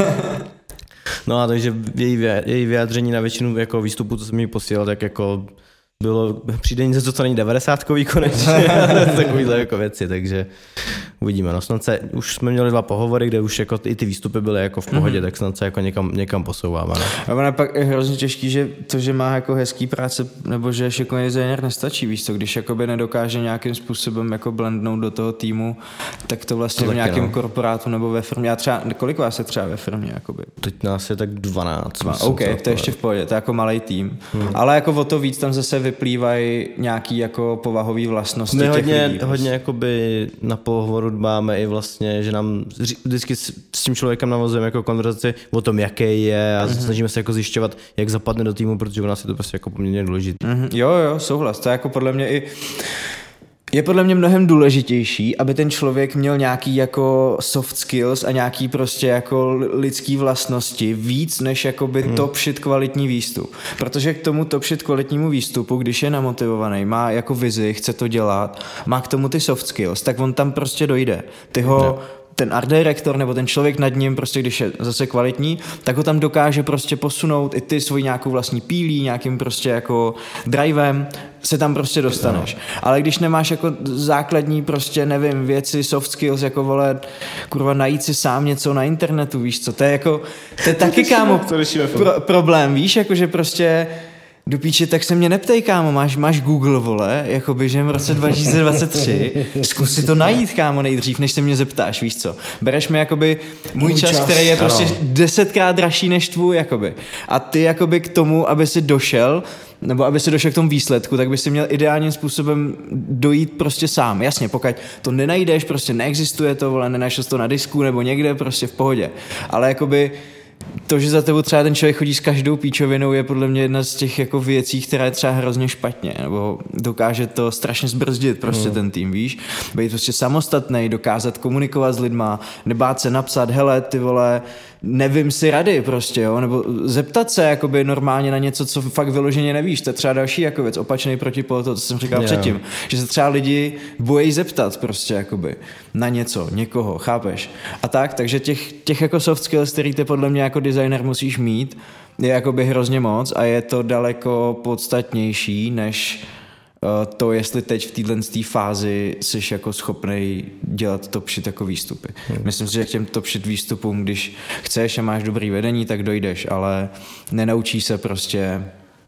No a takže její vyjádření na většinu jako výstupu, co jsem jí posílal, tak jako bylo, přijde něco, co není 90kový konečně, takovýhle jako věci, takže uvidíme. No snad se, už jsme měli 2 pohovory, kde už jako i ty výstupy byly jako v pohodě, tak snad se jako někam posouváme. No. A ono pak je hrozně těžký, že to, že má jako hezký práce, nebo že je šikovný designer, nestačí, víš co, když jakoby nedokáže nějakým způsobem jako blendnout do toho týmu, tak to vlastně to v nějakém korporátu nebo ve firmě. Já třeba, kolik vás je třeba ve firmě? Jakoby? Teď nás je tak 12. OK, to je ještě v pohodě, to je jako malej tým. Ale jako o to víc tam zase vyplývají nějaký jako povahový vlastnosti my těch lidí. Hodně jakoby na pohovoru dbáme i vlastně, že nám vždycky s tím člověkem navazujeme jako konverzaci o tom, jaký je a snažíme se jako zjišťovat, jak zapadne do týmu, protože u nás je to prostě jako poměrně důležité. Jo, souhlas. To je jako podle mě i je podle mě mnohem důležitější, aby ten člověk měl nějaký jako soft skills a nějaký prostě jako lidský vlastnosti víc než jakoby top shit kvalitní výstup. Protože k tomu top shit kvalitnímu výstupu, když je namotivovaný, má jako vizi, chce to dělat, má k tomu ty soft skills, tak on tam prostě dojde. Ten art director nebo ten člověk nad ním, prostě když je zase kvalitní, tak ho tam dokáže prostě posunout i ty svoji nějakou vlastní pílí, nějakým prostě jako drivem, se tam prostě dostaneš. Ale když nemáš jako základní prostě, nevím, věci, soft skills, jako vole, kurva, najít si sám něco na internetu, víš co, to je jako, to je taky, kámo, problém, víš, jako že prostě do píči, tak se mě neptej, kámo, máš Google, vole, jakoby, že v roce 2023, zkus si to najít, kámo, nejdřív, než se mě zeptáš, víš co. Bereš mi, jakoby, můj čas, který je prostě 10krát dražší než tvůj, jakoby. A ty, jakoby, k tomu, aby si došel, nebo aby si došel k tomu výsledku, tak by si měl ideálním způsobem dojít prostě sám. Jasně, pokud to nenajdeš, prostě neexistuje to, vole, nenašel to na disku nebo někde, prostě v pohodě. Ale jakoby to, že za tebou třeba ten člověk chodí s každou píčovinou, je podle mě jedna z těch jako věcí, která je třeba hrozně špatně, nebo dokáže to strašně zbrzdit prostě ten tým, víš? Být prostě samostatný, dokázat komunikovat s lidma, nebát se napsat, hele, ty vole, nevím si rady prostě, jo? Nebo zeptat se jakoby normálně na něco, co fakt vyloženě nevíš, to je třeba další jako věc, opačný protipol toho, co jsem říkal předtím, že se třeba lidi bojí zeptat prostě jakoby na něco, někoho, chápeš? A takže těch jako soft skills, který ty podle mě jako designer musíš mít, je jakoby hrozně moc a je to daleko podstatnější než to, jestli teď v této fázi jsi jako schopnej dělat top shit jako výstupy. Myslím si, že k těm top shit výstupům, když chceš a máš dobrý vedení, tak dojdeš, ale nenaučíš se prostě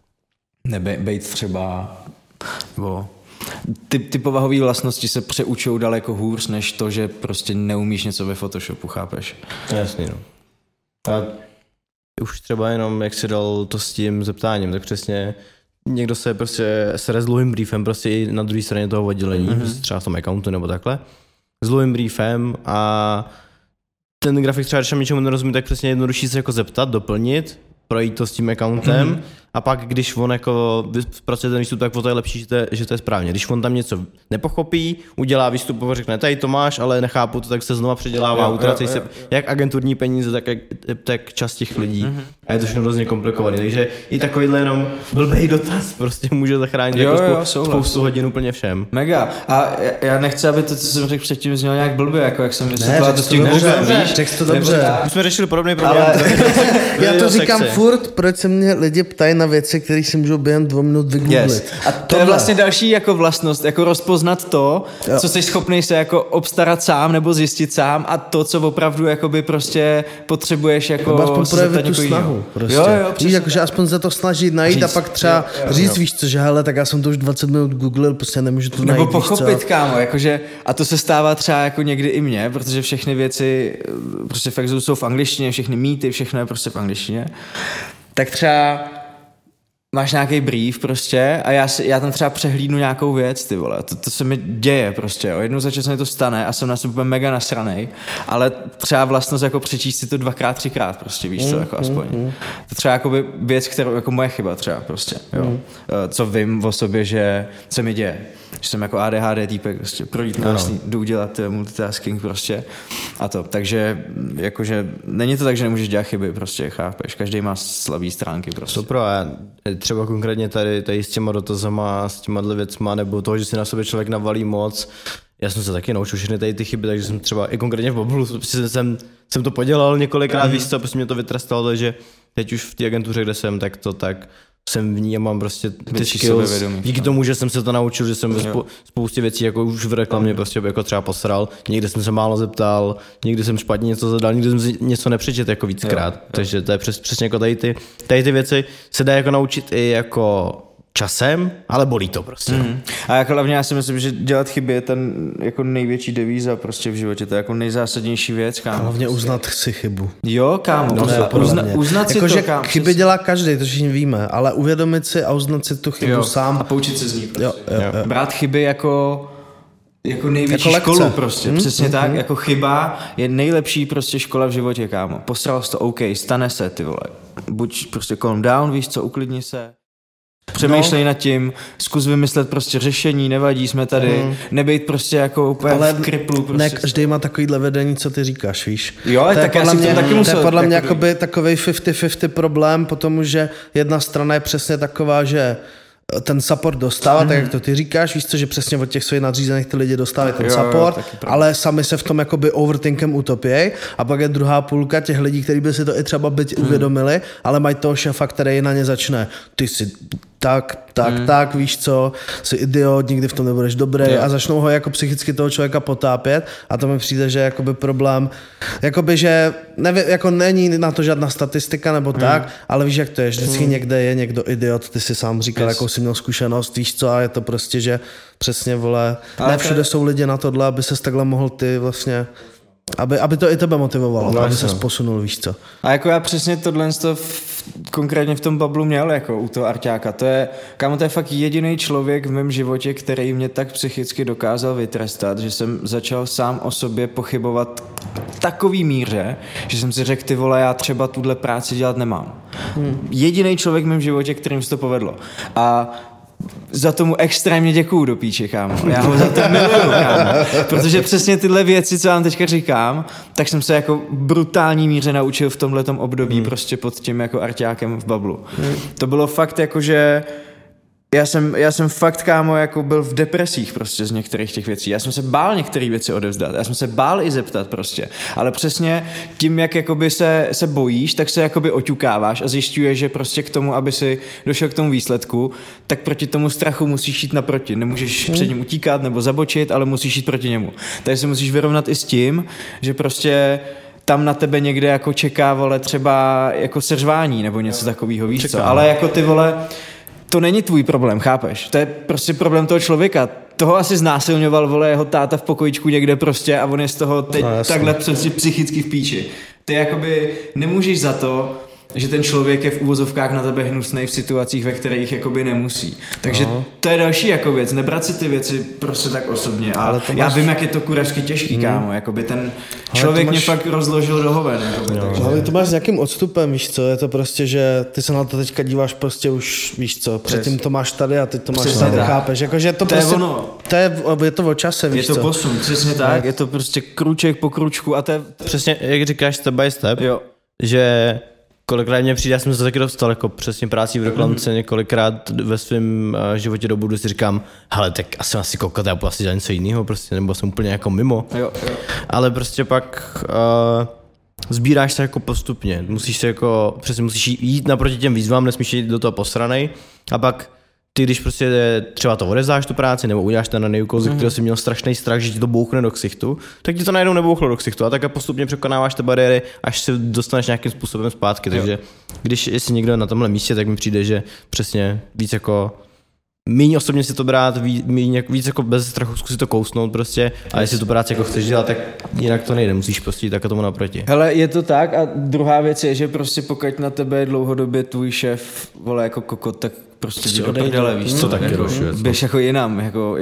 být třeba ty povahové vlastnosti se přeučou daleko hůř, než to, že prostě neumíš něco ve Photoshopu, chápeš? Jasně, no. A už třeba jenom, jak si dal to s tím zeptáním, tak přesně někdo se prostě sere s dlouhým briefem prostě i na druhé straně toho oddělení, třeba v tom accountu nebo takhle, s dlouhým briefem a ten grafik třeba, když tam něčemu nerozumí, tak přesně jednodušší se jako zeptat, doplnit, projít to s tím accountem a pak, když on jako pracuje ten výstup, tak o to je lepší, že to je správně. Když on tam něco nepochopí, udělá výstup a řekne, tady to máš, ale nechápu to, tak se znova předělává, utrací se jak agenturní peníze, tak čas těch lidí. A je to všechno hrozně komplikované. Takže i takovýhle jenom blbej dotaz prostě může zachránit jako spoustu hodin úplně všem. Mega. A já nechci, aby to, co jsem řekl předtím, znělo nějak blbě, jako jak jsem vysvětlil. Řekl to dobře. My jsme řešili podobný problém. Já to říkám furt, proč se mě lidi ptají na věci, které si můžou během 2 minut vygooglit. Yes. A to je vlastně další jako vlastnost, jako rozpoznat to, co jsi schopný se jako obstarat sám nebo zjistit sám a to, co opravdu jakoby prostě potřebuješ jako aspoň projevit tu snahu. Prostě. Jo, víš, jakože aspoň se to snažit najít a pak třeba říct, víš co, že hele, tak já jsem to už 20 minut googlil, prostě nemůžu to najít. Nebo pochopit, kámo, jakože, a to se stává třeba jako někdy i mně, protože všechny věci prostě fakt jsou v angličtině, všechny mýty, všechno je prostě v angličtině. Tak třeba máš nějaký brief prostě a já tam třeba přehlídnu nějakou věc, ty vole, to se mi děje prostě, jo. Jednou za čas mi to stane a jsem na sebe mega nasranej, ale třeba vlastnost jako přečíst si to 2x, 3x prostě, víš co, jako aspoň. To třeba jakoby věc, kterou, jako moje chyba třeba prostě, jo. Co vím o sobě, že se mi děje. Že jsem jako ADHD týpek, prostě projít vlastně, jdu udělat multitasking prostě a to. Takže jakože není to tak, že nemůžeš dělat chyby, prostě chápeš. Každý má slabý stránky prostě. Super, a třeba konkrétně tady s těma dotazama, s těma věcma, nebo toho, že si na sebe člověk navalí moc. Já jsem se taky naučil všechny tady ty chyby, takže jsem třeba i konkrétně v Bablu jsem to podělal několikrát, víš co, prostě mě to vytrestalo, takže teď už v té agentuře, kde jsem, tak jsem v ní a mám prostě ty skills. Díky tomu, že jsem se to naučil, že jsem spoustě věcí jako už v reklamě prostě jako třeba posral. Někde jsem se málo zeptal, někdy jsem špatně něco zadal, někdy jsem si něco nepřečet jako víckrát. Takže to je přesně jako tady ty věci se dá jako naučit i jako časem, ale bolí to prostě. A jako hlavně já si myslím, že dělat chyby je ten jako největší devíza prostě v životě, to je jako nejzásadnější věc, kámo. Hlavně uznat si chybu. Jo, kámo, uznat si jako, to, kámo. Chyby dělá každý, to všichni víme, ale uvědomit si a uznat si tu chybu sám. A poučit se z ní prostě. Jo. Brát chyby jako největší jako školu prostě, přesně tak, jako chyba je nejlepší prostě škola v životě, kámo. Posral jsi to, OK, stane se, ty vole. Buď prostě calm down, víš co, uklidni se. Přemýšlej nad tím, zkus vymyslet prostě řešení, nevadí, jsme tady, nebejt prostě jako úplně v kriplu. Prostě. Ne, každý má takovýhle vedení, co ty říkáš, víš. Jo, tak já si to taky musel. To je podle mě jakoby takovej 50-50 problém, potom, že jedna strana je přesně taková, že ten support dostává, tak jak to ty říkáš, víš co, že přesně od těch svých nadřízených ty lidi dostávají ten support, ale sami se v tom jakoby overthinkem utopějí a pak je druhá půlka těch lidí, kteří by si to i třeba byť uvědomili, ale mají toho šéfa, který na ně začne, ty si tak, víš co, jsi idiot, nikdy v tom nebudeš dobrý a začnou ho jako psychicky toho člověka potápět a to mi přijde, že jakoby problém, jakoby, že jako není na to žádná statistika nebo tak, ale víš, jak to je, vždycky někde je někdo idiot, ty si sám říkal, jakou jsi měl zkušenost, víš co, a je to prostě, že přesně, vole, ne všude jsou lidi na tohle, aby ses takhle mohl ty vlastně, aby to i tebe motivovalo, aby ses posunul, víš co. A jako já přesně tohle konkrétně v tom Bablu měl jako u toho Arťáka. To je fakt jediný člověk v mém životě, který mě tak psychicky dokázal vytrestat, že jsem začal sám o sobě pochybovat takový míře, že jsem si řekl, ty vole, já třeba tuhle práci dělat nemám. Jediný člověk v mém životě, kterým se to povedlo. A za tomu extrémně děkuju do píči, kámo. Já ho za to miluju, kámo. Protože přesně tyhle věci, co vám teďka říkám, tak jsem se jako brutální míře naučil v tomhletom období prostě pod tím jako Arťákem v Bablu. To bylo fakt jako, že já jsem fakt, kámo, jako byl v depresích prostě z některých těch věcí. Já jsem se bál některé věci odevzdat. Já jsem se bál i zeptat prostě. Ale přesně tím, jak jakoby se bojíš, tak se jakoby oťukáváš a zjišťuješ, že prostě k tomu, aby si došel k tomu výsledku, tak proti tomu strachu musíš jít naproti. Nemůžeš před ním utíkat nebo zabočit, ale musíš jít proti němu. Takže se musíš vyrovnat i s tím, že prostě tam na tebe někde jako čeká, vole, třeba jako seřvání nebo něco takového, víš co. Ale jako ty, vole, to není tvůj problém, chápeš? To je prostě problém toho člověka. Toho asi znásilňoval, vole, jeho táta v pokojičku někde prostě a on je z toho teď takhle prostě psychicky v píči. Ty jakoby nemůžeš za to, že ten člověk je v uvozovkách na tebe hnusnej v situacích, ve kterých jakoby nemusí. Takže to je další jako věc, nebrat si ty věci prostě tak osobně. A já vím, jak je to kurařsky těžký, kámo, jakoby ten člověk mě fakt rozložil do hoven. Ale to máš s nějakým odstupem, víš co, je to prostě, že ty se na to teďka díváš prostě už, víš co, předtím to máš tady a ty to máš tady, chápeš, jakože to prostě, je to o čase, víš co. Je to posun, přesně tak, je to prostě krůček po krůčku a to je... Přesně, jak říkáš, step by step, že kolikrát mě přijde, já jsem se taky dostal jako přesně práci v reklamce, několikrát ve svém životě do budu si říkám, hele, tak asi koukat, já budu asi dělat něco jiného, prostě, nebo jsem úplně jako mimo. Jo. Ale prostě pak sbíráš se jako postupně, musíš jít naproti těm výzvám, nesmíš jít do toho posranej a pak ty, když prostě třeba to odezdáš tu práci nebo uděláš ten daný úkol, ze kterého jsi měl strašný strach, že ti to bouchne do ksichtu, tak ti to najednou nebouchlo do ksichtu a tak postupně překonáváš ty bariéry, až se dostaneš nějakým způsobem zpátky. Takže jestli někdo na tomhle místě, tak mi přijde, že přesně víc jako míň osobně si to brát, víc jako bez strachu zkusit to kousnout prostě a jestli tu práci jako chceš dělat, tak jinak to nejde, musíš prostě jít tak tomu naproti. Hele, je to tak a druhá věc je, že prostě pokud na tebe je dlouhodobě tvůj šéf vole jako kokot, tak prostě jdi do prdele, víš co, taky jako, běž jako jinam, jako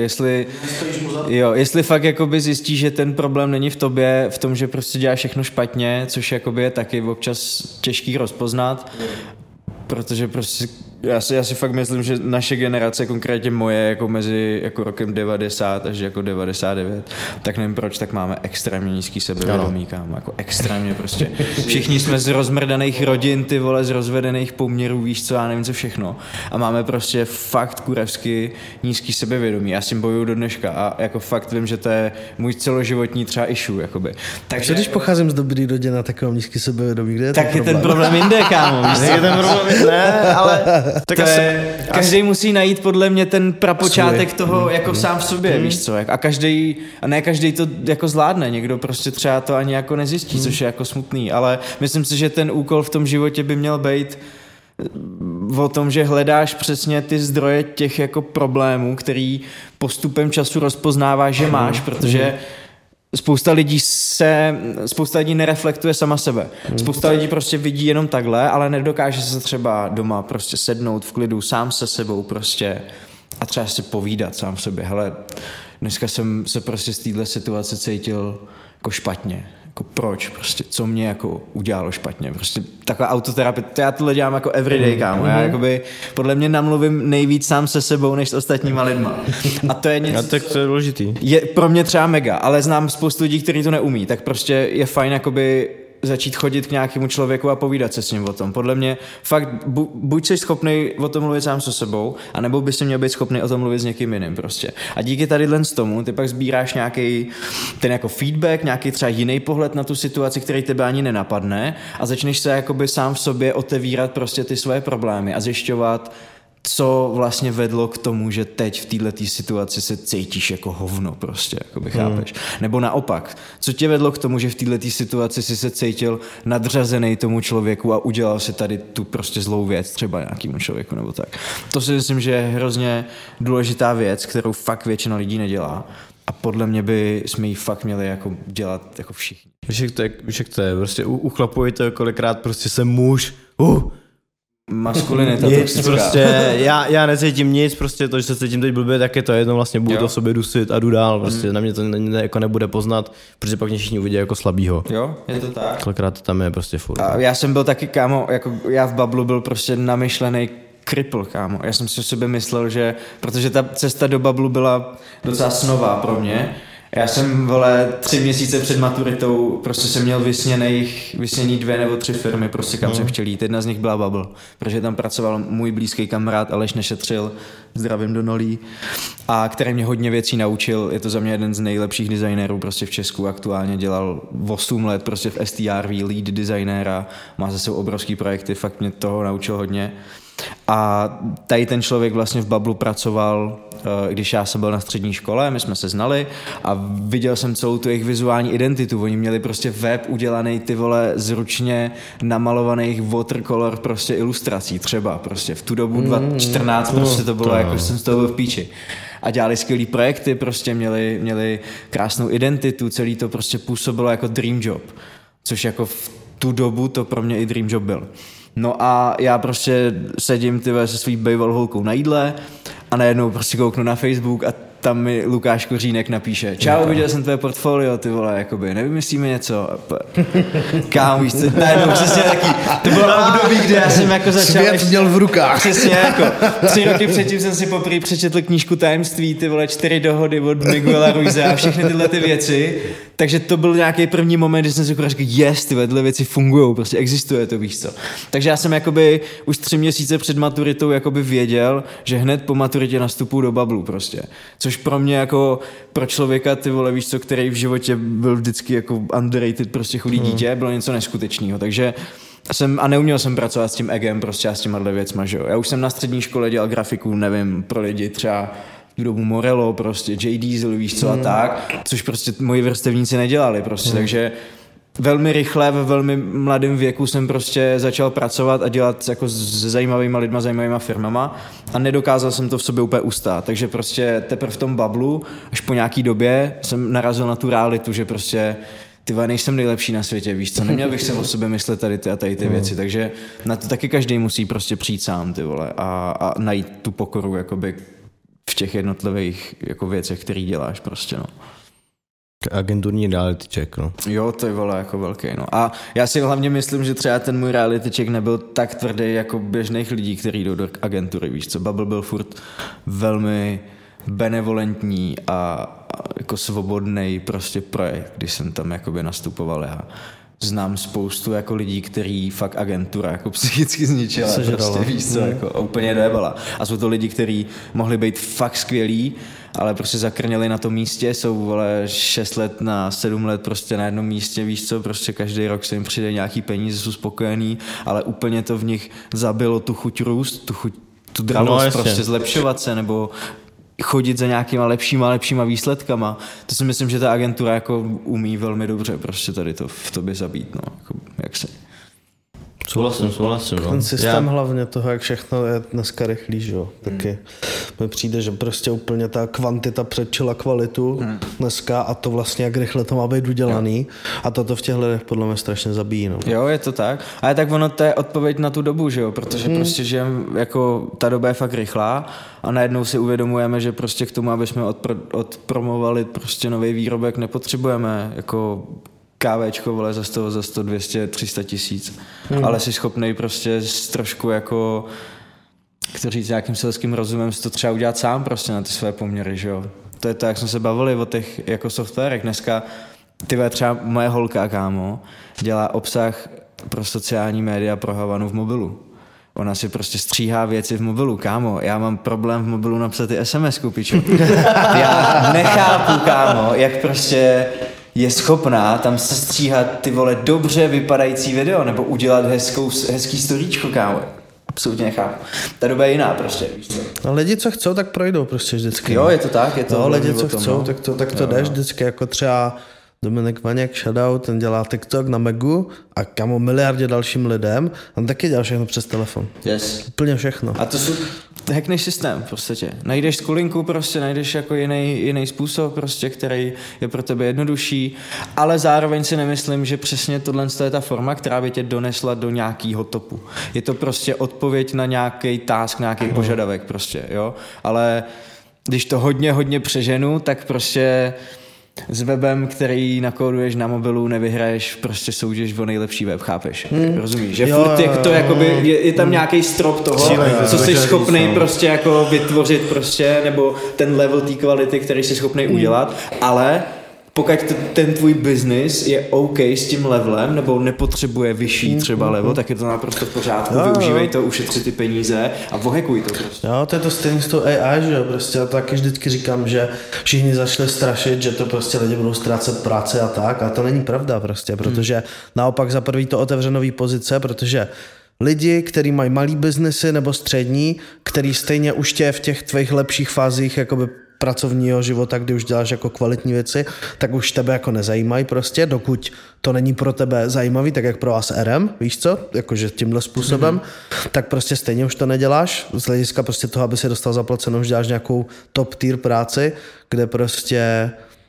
jestli fakt jakoby zjistíš, že ten problém není v tobě, v tom, že prostě děláš všechno špatně, což jakoby je taky občas těžký rozpoznat, protože prostě já si fakt myslím, že naše generace, konkrétně moje, jako mezi jako rokem 90 až jako 99, tak nevím proč, tak máme extrémně nízký sebevědomí, kámo, jako extrémně prostě. Všichni jsme z rozmrdaných rodin, ty vole, z rozvedených poměrů, víš co, já nevím co všechno. A máme prostě fakt kurevsky nízký sebevědomí. Já s tím bojuju do dneška a jako fakt vím, že to je můj celoživotní třeba issue, jakoby. Takže když pocházím z dobrý rodiny a takovou nízký sebevědomí, kde je tak je ten problém jinde, kámo, víš co? Je ten problém, ne, ale tak každý musí najít podle mě ten prapočátek toho jako sám v sobě, víš co, a ne každý to jako zvládne, někdo prostě třeba to ani jako nezjistí, což je jako smutný, ale myslím si, že ten úkol v tom životě by měl být o tom, že hledáš přesně ty zdroje těch jako problémů, který postupem času rozpoznáváš, že máš, protože spousta lidí nereflektuje sama sebe. Spousta lidí prostě vidí jenom takhle, ale nedokáže se třeba doma prostě sednout v klidu sám se sebou prostě a třeba si povídat sám sobě. Hele, dneska jsem se prostě z téhle situace cítil jako špatně. Jako proč prostě, co mě jako udělalo špatně. Prostě taková autoterapie, já tohle dělám jako everyday, kámo. Já jakoby podle mě namluvím nejvíc sám se sebou, než s ostatníma lidma. A to je něco, a tak to je důležitý. Je pro mě třeba mega, ale znám spoustu lidí, kteří to neumí, tak prostě je fajn jakoby začít chodit k nějakému člověku a povídat se s ním o tom. Podle mě fakt buď jsi schopný o tom mluvit sám se sebou, anebo bys si měl být schopný o tom mluvit s někým jiným prostě. A díky tadyhle z tomu ty pak sbíráš nějaký ten jako feedback, nějaký třeba jiný pohled na tu situaci, který tebe ani nenapadne a začneš se jakoby sám v sobě otevírat prostě ty svoje problémy a zjišťovat, co vlastně vedlo k tomu, že teď v této situaci se cítíš jako hovno prostě, jakoby chápeš. Nebo naopak, co tě vedlo k tomu, že v této situaci si se cítil nadřazený tomu člověku a udělal si tady tu prostě zlou věc třeba nějakému člověku nebo tak. To si myslím, že je hrozně důležitá věc, kterou fakt většina lidí nedělá. A podle mě by jsme ji fakt měli jako dělat jako všichni. Víš, jak to je, prostě u chlapů je to kolikrát prostě jsem muž, maskulinita. Nic, prostě, já necítím nic, prostě to, že se cítím teď blbě, tak je to jedno, vlastně budu to v sobě dusit a jdu dál, prostě na mě to jako nebude poznat, protože pak mě všichni uvidí jako slabýho. Jo, je to tak. Kolikrát to tam je prostě furt. A já jsem byl taky, kámo, jako já v Bablu byl prostě namyšlený kripl, kámo. Já jsem si o sobě myslel, že, protože ta cesta do Bablu byla docela snová pro mě. Já jsem, 3 měsíce před maturitou prostě jsem měl vysněný 2 nebo 3 firmy, prostě kam jsem chtěl jít. Jedna z nich byla Bubble, protože tam pracoval můj blízký kamarád Aleš Nešetřil, zdravím do Nolí, a který mě hodně věcí naučil. Je to za mě jeden z nejlepších designérů prostě v Česku. Aktuálně dělal 8 let prostě v STRV, lead designéra, má za sebou obrovský projekty, fakt mě toho naučil hodně. A tady ten člověk vlastně v Bablu pracoval, když já jsem byl na střední škole, my jsme se znali a viděl jsem celou tu jejich vizuální identitu. Oni měli prostě web udělaný z ručně namalovaných watercolor prostě ilustrací třeba prostě v tu dobu 2014 prostě to bylo jako jsem z toho byl v píči. A dělali skvělý projekty, prostě měli krásnou identitu, celý to prostě působilo jako dream job, což jako v tu dobu to pro mě i dream job byl. No a já prostě sedím se svým bývalou holkou na jídle a najednou prostě kouknu na Facebook a tam mi Lukáš Kořínek napíše: čau, viděl jsem tvoje portfolio, ty vole, jakoby, nevymyslíme něco. Kámo, víš co, najednou přesně taky, to bylo období, kdy já jsem jako začal... Svět měl v rukách. Přesně, jako 3 roky předtím jsem si poprvé přečetl knížku Tajemství, ty vole, 4 dohody od Miguela Ruize a všechny tyhle ty věci. Takže to byl nějaký první moment, kdy jsem si řekl, yes, tyhle věci fungujou, prostě existuje to, víš co. Takže já jsem jakoby už 3 měsíce před maturitou jakoby věděl, že hned po maturitě nastupuju do Bablu prostě. Což Což pro mě jako pro člověka, ty vole, víš co, který v životě byl vždycky jako underrated, prostě chudý dítě, bylo něco neskutečného. Takže a neuměl jsem pracovat s tím egem prostě a s těma věcma, že jo. Já už jsem na střední škole dělal grafiku, nevím, pro lidi třeba tu dobu Morello, prostě J. Diesel, víš co a tak, což prostě moji vrstevníci nedělali prostě, takže velmi rychle, ve velmi mladém věku jsem prostě začal pracovat a dělat jako s zajímavýma lidma, zajímavýma firmama a nedokázal jsem to v sobě úplně ustát, takže prostě teprve v tom bablu, až po nějaký době jsem narazil na tu realitu, že prostě ty vole, nejsem nejlepší na světě, víš co, neměl bych se o sobě myslet tady ty věci, takže na to taky každý musí prostě přijít sám, ty vole, a najít tu pokoru, jakoby v těch jednotlivých jako věcech, který děláš prostě, no. Agenturní reality check, no. Jo, to je vole jako velký, no. A já si hlavně myslím, že třeba ten můj reality check nebyl tak tvrdý jako běžných lidí, kteří jdou do agentury, víš co. Bubble byl furt velmi benevolentní a jako svobodný prostě projekt, když jsem tam jakoby nastupoval já. Znám spoustu jako lidí, který fakt agentura jako psychicky zničila, prostě, víš co, jako úplně débala. A jsou to lidi, kteří mohli být fakt skvělí, ale prostě zakrněli na tom místě, jsou vole 6 let na 7 let prostě na jednom místě, víš co, prostě každý rok se jim přijde nějaký peníze, jsou spokojení, ale úplně to v nich zabilo tu chuť růst, tu dravost, prostě zlepšovat se, nebo chodit za nějakýma lepšíma výsledkama. To si myslím, že ta agentura jako umí velmi dobře prostě tady to v tobě zabít, no, jako, jak se. Souhlasím. No. Ten systém hlavně toho, jak všechno je dneska rychlý, že jo, taky. Mi přijde, že prostě úplně ta kvantita předčila kvalitu dneska a to vlastně, jak rychle to má být udělaný a to v těchto lidech podle mě strašně zabíjí, no. Jo, je to tak. Ale tak ono to je odpověď na tu dobu, že jo, protože prostě žijeme, jako ta doba je fakt rychlá a najednou si uvědomujeme, že prostě k tomu, aby jsme odpromovali prostě nový výrobek, nepotřebujeme jako kávečko, vole, za 100, 200, 300 tisíc. Ale jsi schopnej prostě trošku jako, chci říct, nějakým selským rozumem si to třeba udělat sám prostě na ty své poměry, že jo. To je to, jak jsme se bavili o těch jako softwarech. Dneska, třeba moje holka, kámo, dělá obsah pro sociální média pro Havanu v mobilu. Ona si prostě stříhá věci v mobilu, kámo. Já mám problém v mobilu napsat ty SMS-ku, pičo. Já nechápu, kámo, jak prostě je schopná tam se stříhat ty vole dobře vypadající video nebo udělat hezký storíčko, kámo. Absolutně nechápu. Ta doba je jiná prostě, víš co? No lidi, co chcou, tak projdou prostě vždycky. Jo, je to tak, je to. No, lidi, co chcou, tak to jdeš vždycky, jako třeba Dominik Vaněk, shoutout, ten dělá TikTok na Megu a kamo miliardě dalším lidem, on taky dělá všechno přes telefon. Yes. Úplně všechno. A to jsou hackneš systém v podstatě. Najdeš skulinku prostě, najdeš jako jiný způsob prostě, který je pro tebe jednodušší, ale zároveň si nemyslím, že přesně tohle je ta forma, která by tě donesla do nějakého topu. Je to prostě odpověď na nějaký task, nějaký požadavek prostě, jo. Ale když to hodně přeženu, tak prostě s webem, který nakóduješ na mobilu, nevyhraješ prostě soutěž o nejlepší web, chápeš? Rozumíš? Že furt to jakoby, je tam nějaký strop toho, co jsi schopnej prostě jako vytvořit prostě, nebo ten level té kvality, který jsi schopnej udělat, ale pokud ten tvůj business je OK s tím levelem, nebo nepotřebuje vyšší třeba level, tak je to naprosto v pořádku, využívej to, ušetři ty peníze a vohekuj to prostě. Jo, to je to stejné s tou AI, že jo, prostě já to taky vždycky říkám, že všichni začali strašit, že to prostě lidi budou ztrácet práce a tak, a to není pravda prostě, protože naopak za prvý to otevře nový pozice, protože lidi, kteří mají malý biznesy nebo střední, který stejně už tě v těch tvých lepších fázích jakoby pracovního života, kdy už děláš jako kvalitní věci, tak už tebe jako nezajímají prostě, dokud to není pro tebe zajímavý, tak jak pro vás RM, víš co, jakože tímhle způsobem, tak prostě stejně už to neděláš, z hlediska prostě toho, aby si dostal zaplacenou, už děláš nějakou top tier práci, kde prostě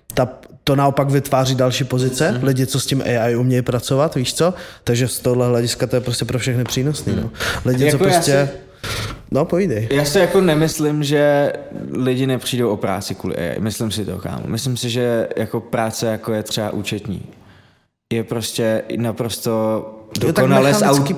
to naopak vytváří další pozice, lidi, co s tím AI umějí pracovat, víš co, takže z tohohle hlediska to je prostě pro všechny přínosný, no. Lidi, jako co prostě... No, povídej. Já si jako nemyslím, že lidi nepřijdou o práci kvůli AI. Myslím si to, kámo. Myslím si, že jako práce jako je třeba účetní. Je prostě naprosto dokonale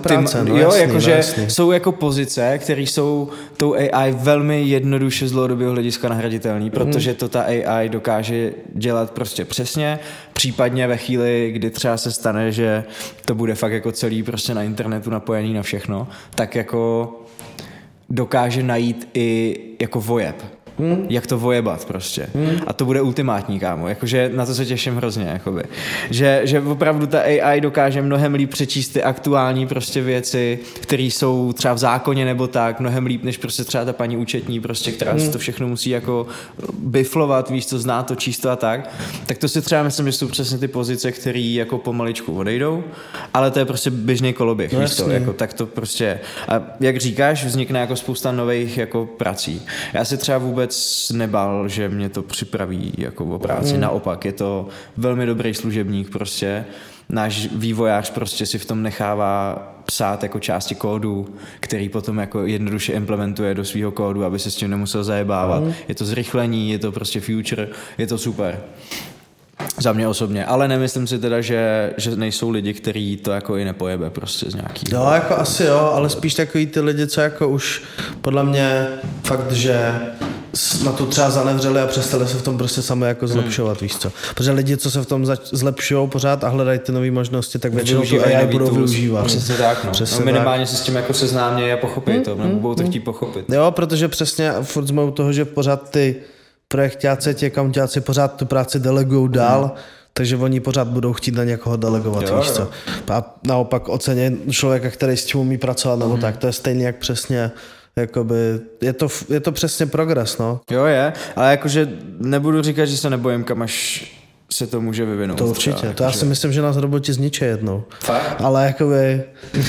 jakože jsou jako pozice, které jsou tou AI velmi jednoduše z dlouhodobého hlediska nahraditelné, protože to ta AI dokáže dělat prostě přesně, případně ve chvíli, kdy třeba se stane, že to bude fakt jako celý prostě na internetu napojený na všechno, tak jako dokáže najít i jako vojeb. jak to vojebat prostě. A to bude ultimátní, kámo. Jakože na to se těším hrozně, jakoby. Že opravdu ta AI dokáže mnohem líp přečíst ty aktuální prostě věci, které jsou třeba v zákoně nebo tak, mnohem líp, než prostě třeba ta paní účetní prostě, která si to všechno musí jako biflovat, víš co, zná to, číst to a tak. Tak to si třeba myslím, že jsou přesně ty pozice, které jako pomaličku odejdou, ale to je prostě běžný koloběh, víš to, jako, tak to prostě, a jak říkáš, vznikne jako spousta nových jako prací. Já si třeba vůbec nebál, že mě to připraví jako o práci, naopak, je to velmi dobrý služebník prostě, náš vývojář prostě si v tom nechává psát jako části kódu, který potom jako jednoduše implementuje do svého kódu, aby se s tím nemusel zajebávat. Je to zrychlení, je to prostě future, je to super. Za mě osobně, ale nemyslím si teda, že nejsou lidi, kteří to jako i nepojebe prostě z nějaký. No jako asi jo, ale spíš takový ty lidi, co jako už podle mě fakt, že na to třeba zanevřeli a přestali se v tom prostě sami jako zlepšovat, víš co. Protože lidi, co se v tom zlepšují pořád a hledají ty nové možnosti, tak většinou tu AI budou využívat. Přesně tak, no. Přesně no minimálně se s tím jako seznámějí a pochopí to, nebo budou to chtít pochopit. Jo, protože přesně furt jsme u toho, že pořád ty projekťáci, ti accountáci pořád tu práci delegujou dál, takže oni pořád budou chtít na někoho delegovat, víš co. A naopak ocení člověka, který s tím umí pracovat, nebo tak, to je stejný jak přesně, jakoby, je to přesně progres, no. Jo je, ale jakože nebudu říkat, že se nebojím, kam až se to může vyvinout. To určitě, třeba, to já si myslím, že nás roboti zničí jednou. Fakt? Ale jakoby...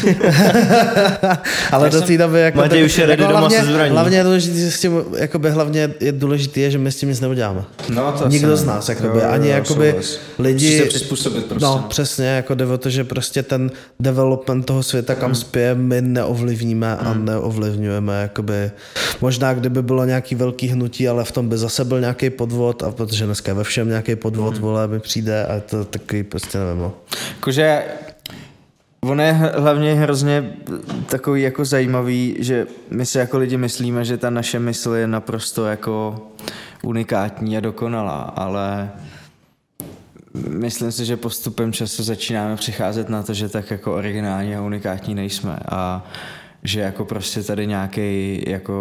ale do té doby... Jako Matěj už je ready doma se zbraní. Hlavně je důležitý, s tím, jakoby, hlavně je důležitý, že my s tím nic neuděláme. No, to nikdo z nás, jakoby, ani jakoby lidi... se přizpůsobit prostě. No, přesně, jako jde o to, že prostě ten development toho světa, kam spějeme, my neovlivníme a neovlivňujeme, jakoby... Možná, kdyby bylo nějaký velký hnutí, ale v tom by zase byl nějaký podvod, a protože dneska ve všem nějaký podvod, vole, mi přijde a to takový prostě nevím. No. Jakože on je hlavně hrozně takový jako zajímavý, že my si jako lidi myslíme, že ta naše mysl je naprosto jako unikátní a dokonalá, ale myslím si, že postupem času začínáme přicházet na to, že tak jako originální a unikátní nejsme a že jako prostě tady nějaký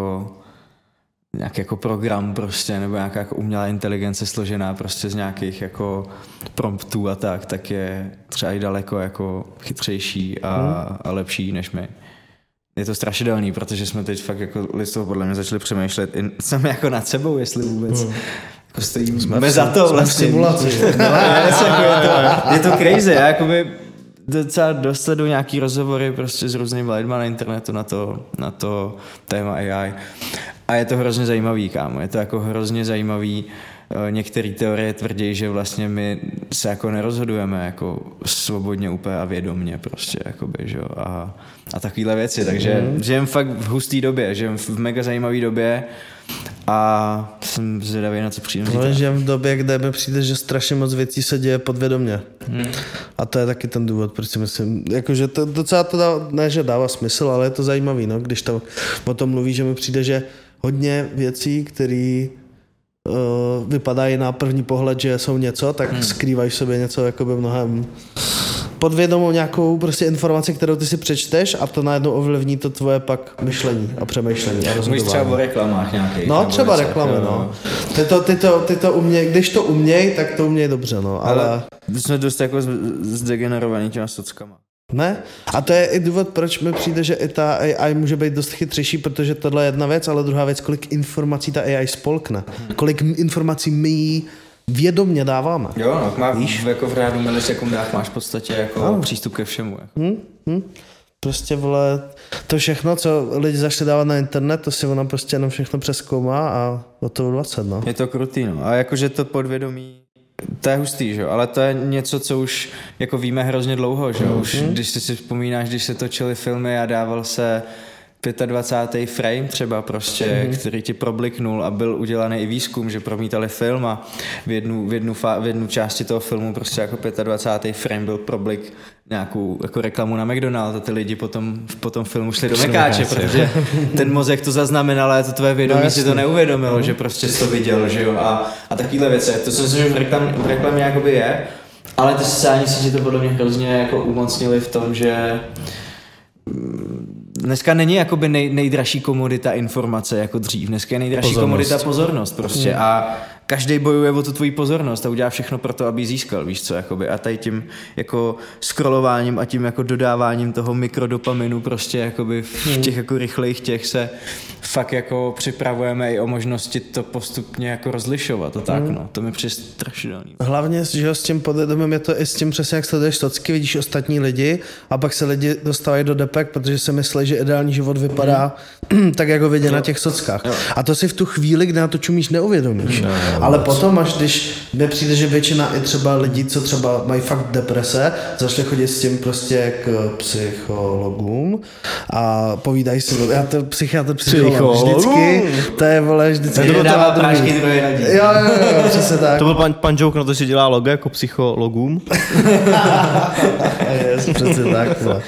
jako program prostě, nebo nějaká jako umělá inteligence složená prostě z nějakých jako promptů a tak je třeba i daleko jako chytřejší a lepší než my. Je to strašidelný, protože jsme teď fakt jako lidstvo podle mě začali přemýšlet sami jako nad sebou, jestli vůbec jako stojíme za to vlastně. Je to crazy, já jakoby docela dosleduju nějaký rozhovory prostě s různými lidmi na internetu na to téma AI. A je to hrozně zajímavý, kámo. Je to jako hrozně zajímavý. Některé teorie tvrdí, že vlastně my se jako nerozhodujeme jako svobodně úplně a vědomně prostě, jakoby, že jo. A takovýhle věci. Takže žijem fakt v hustý době, žijem v mega zajímavý době a jsem zvědavý, na co přijde. No, žijem v době, kde mi přijde, že strašně moc věcí se děje podvědomě. A to je taky ten důvod, proč si myslím, jakože to docela to ne, že dává smysl, ale je to zajímavý, no, když to o tom mluví, že mi přijde, že hodně věcí, které vypadají na první pohled, že jsou něco, tak skrývají v sobě něco jakoby mnohem podvědomou nějakou prostě informaci, kterou ty si přečteš a to najednou ovlivní to tvoje pak myšlení a přemýšlení. Mluvíš třeba o reklamách nějakých. No, třeba reklamy, no. Ty to uměj, když to uměj, tak to uměj dobře, no. Ale jsme dost jako zdegenerovaný těma sockama. Ne? A to je i důvod, proč mi přijde, že i ta AI může být dost chytřejší, protože tohle je jedna věc, ale druhá věc, kolik informací ta AI spolkne. Kolik informací my jí vědomně dáváme. Jo, no, máš jako v řádu milisekundách máš v podstatě jako přístup ke všemu. Jako. Prostě, vole, to všechno, co lidi začali dávat na internet, to si ona prostě jenom všechno přeskoumá a o to 20, no. Je to krutý, no. A jakože to podvědomí, to je hustý, že jo, ale to je něco, co už jako víme hrozně dlouho, že jo. Už když si vzpomínáš, když se točily filmy a dával se 25. frame třeba prostě, který ti probliknul a byl udělaný i výzkum, že promítali film a v jednu části toho filmu prostě jako 25. frame byl problik nějakou jako reklamu na McDonald's a ty lidi po tom filmu šli do mekáče, protože ten mozek to zaznamenal, ale to tvoje vědomí si to neuvědomilo, že prostě jsi to viděl, že jo, a takovýhle věci. To si myslím, že v reklamě jakoby je, ale ty sociální sítě to podle mě hrozně jako umocnili v tom, že dneska není jakoby nejdražší komodita informace jako dřív. Dneska je nejdražší komodita pozornost prostě a každý bojuje o tu tvoji pozornost a udělá všechno pro to, aby ji získal, víš co, jakoby. A tady tím jako scrollováním a tím jako dodáváním toho mikrodopaminu prostě jakoby v těch jako rychlejch těch se fakt jako připravujeme i o možnosti to postupně jako rozlišovat a tak, no. To mi přijde strašidelný. Hlavně, že s tím podvědomím je to i s tím přesně, jak sleduješ socky, vidíš ostatní lidi a pak se lidi dostávají do depek, protože si myslí, že ideální život vypadá tak, jak ho vidí na těch sockách. A to si v tu chvíli, kdy na to čumíš, neuvědomíš. Ale potom, až když mi přijde, že většina i třeba lidí, co třeba mají fakt deprese, začali chodit s tím prostě k psychologům a povídají si, já to psychiatr vždycky, to je vole vždycky. To dává prášky druhý radí. Jo, přesně tak. To byl pan Joke, na to si dělá logo jako psychologům. Přesně tak. Vole.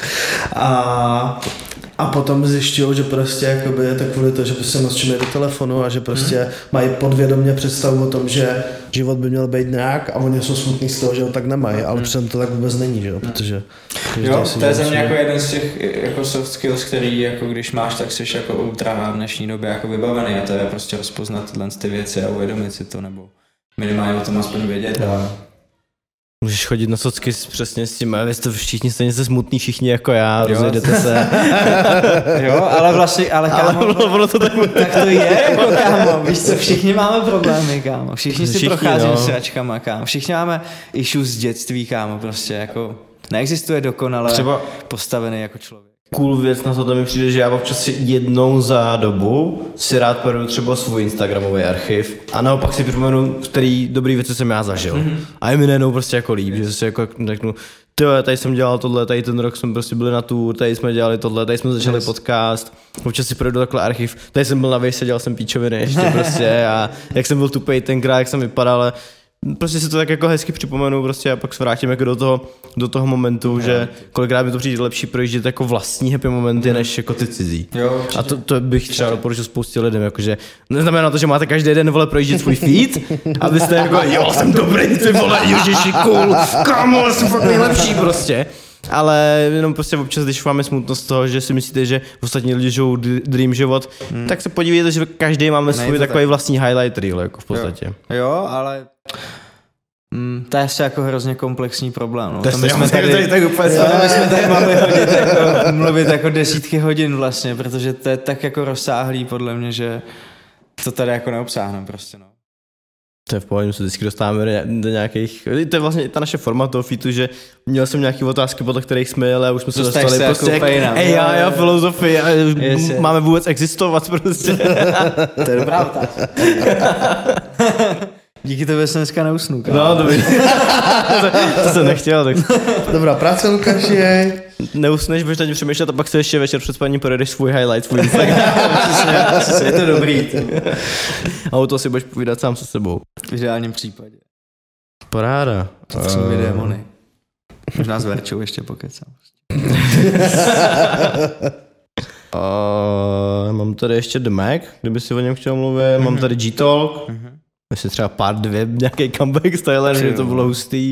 A potom zjišťují, že prostě jakoby je to kvůli to, že prostě moc čumějí do telefonu a že prostě mají podvědomě představu o tom, že život by měl být nějak a oni jsou smutní z toho, že ho tak nemají, ale přitom to tak vůbec není, že jo, protože... Jo, to je za mě jako jeden z těch jako soft skills, který jako když máš, tak jsi jako ultra v dnešní době jako vybavený a to je prostě rozpoznat tyhle ty věci a uvědomit si to nebo minimálně o tom aspoň vědět. Můžeš chodit na socky přesně s tím, ale jste všichni stejně jste smutní, všichni jako já, rozjedete se. Jo, ale vlastně, ale kámo, tak to je, jako kámo, víš co, všichni máme problémy, kámo, všichni si procházíme sračkama, kámo, všichni máme issues z dětství, kámo, prostě jako neexistuje dokonale postavený jako člověk. Cool věc na to mi přijde, že já občas si jednou za dobu si rád provedu třeba svůj instagramový archiv a naopak si připomenu, který dobrý věci jsem já zažil. A je mi najednou prostě jako líp, že si jako řeknu, tyjo, tady jsem dělal tohle, tady ten rok jsme prostě byli na tour, tady jsme dělali tohle, tady jsme začali podcast, občas si provedu takhle archiv, tady jsem byl na vejse, dělal jsem píčoviny ještě prostě a jak jsem byl tupej tenkrát, jak jsem vypadal, ale prostě si to tak jako hezky připomenu prostě a pak se vrátím jako do toho momentu, že kolikrát mi to přijde lepší projíždět jako vlastní happy momenty, než jako ty cizí. Jo, a to bych třeba doporučil spoustě lidem, jakože neznamená to, že máte každý den vole projíždět svůj feed, abyste jako jo, jsem dobrý, ty vole, ježiši, cool, kámo, jsem fakt nejlepší prostě. Ale jenom prostě občas, když máme smutnost z toho, že si myslíte, že ostatní lidi žijou dream život, tak se podívejte, že každý máme svůj takový vlastní highlight reel, jako v podstatě. Jo, ale to je asi jako hrozně komplexní problém. No. My jsme tady mluvit jako desítky hodin vlastně, protože to je tak jako rozsáhlý podle mě, že to tady jako neobsáhneme prostě, no. To je v pohodě, se vždycky dostáváme do nějakých, to je vlastně ta naše forma toho featu, že měl jsem nějaké otázky, podle kterých jsme jeli a už jsme se dostali prostě jak filozofii a máme vůbec existovat prostě. To je dobrá otázka. Díky tebe jsem dneska neusnul. No, dobrý. To jsem nechtěl. Tak... Dobrá práce, Lukáši. Neusneš, budeš tady přemýšlet a pak se ještě večer před spaním projedeš svůj highlight, svůj Instagram. Je to dobrý. A o to si budeš povídat sám se sebou. V ideálním případě. Paráda. To jsou mi démony. Možná s Verčou ještě pokecám. Mám tady ještě The Mac, kdyby si o něm chtěl mluvit. Mám tady G-Talk. Ještě třeba Part 2, nějaký comeback styler, že to bylo hustý.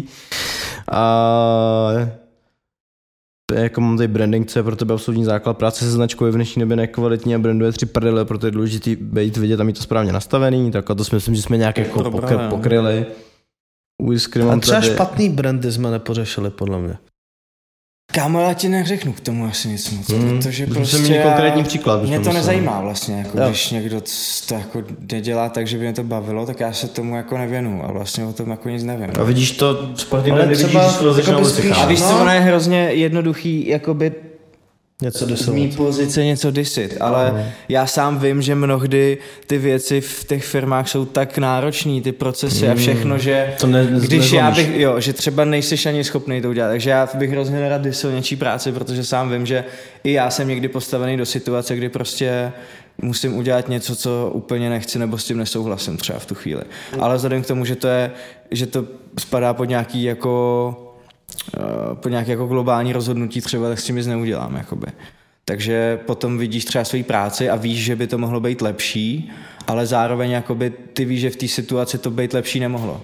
Jako mám tady branding, co je pro tebe absolutní základ. Práce se značkou je v dnešní době nekvalitní a branduje 3 prdele, proto je důležitý být vidět a mít to správně nastavený. Tak a to si myslím, že jsme nějak jako pokryli. A třeba špatný brandy jsme nepořešili, podle mě. Kámo, já ti neřeknu k tomu asi nic moc, protože prostě mě konkrétní příklad. Mě to nezajímá vlastně, jako když někdo to jako nedělá tak, že by mě to bavilo, tak já se tomu jako nevěnu a vlastně o tom jako nic nevím. A vidíš to špatný brandy, vidíš a víš co, ono je hrozně jednoduchý, jakoby něco z mý pozice něco disit, ale já sám vím, že mnohdy ty věci v těch firmách jsou tak náročný, ty procesy a všechno, že když já bych, že třeba nejseš ani schopný to udělat, takže já bych hrozně nerad disil něčí práci, protože sám vím, že i já jsem někdy postavený do situace, kdy prostě musím udělat něco, co úplně nechci nebo s tím nesouhlasím třeba v tu chvíli. Ale vzhledem k tomu, že to spadá pod nějaký jako po nějaké jako globální rozhodnutí třeba, tak s tím nic neudělám, jakoby. Takže potom vidíš třeba svoji práci a víš, že by to mohlo být lepší, ale zároveň jakoby ty víš, že v té situaci to být lepší nemohlo.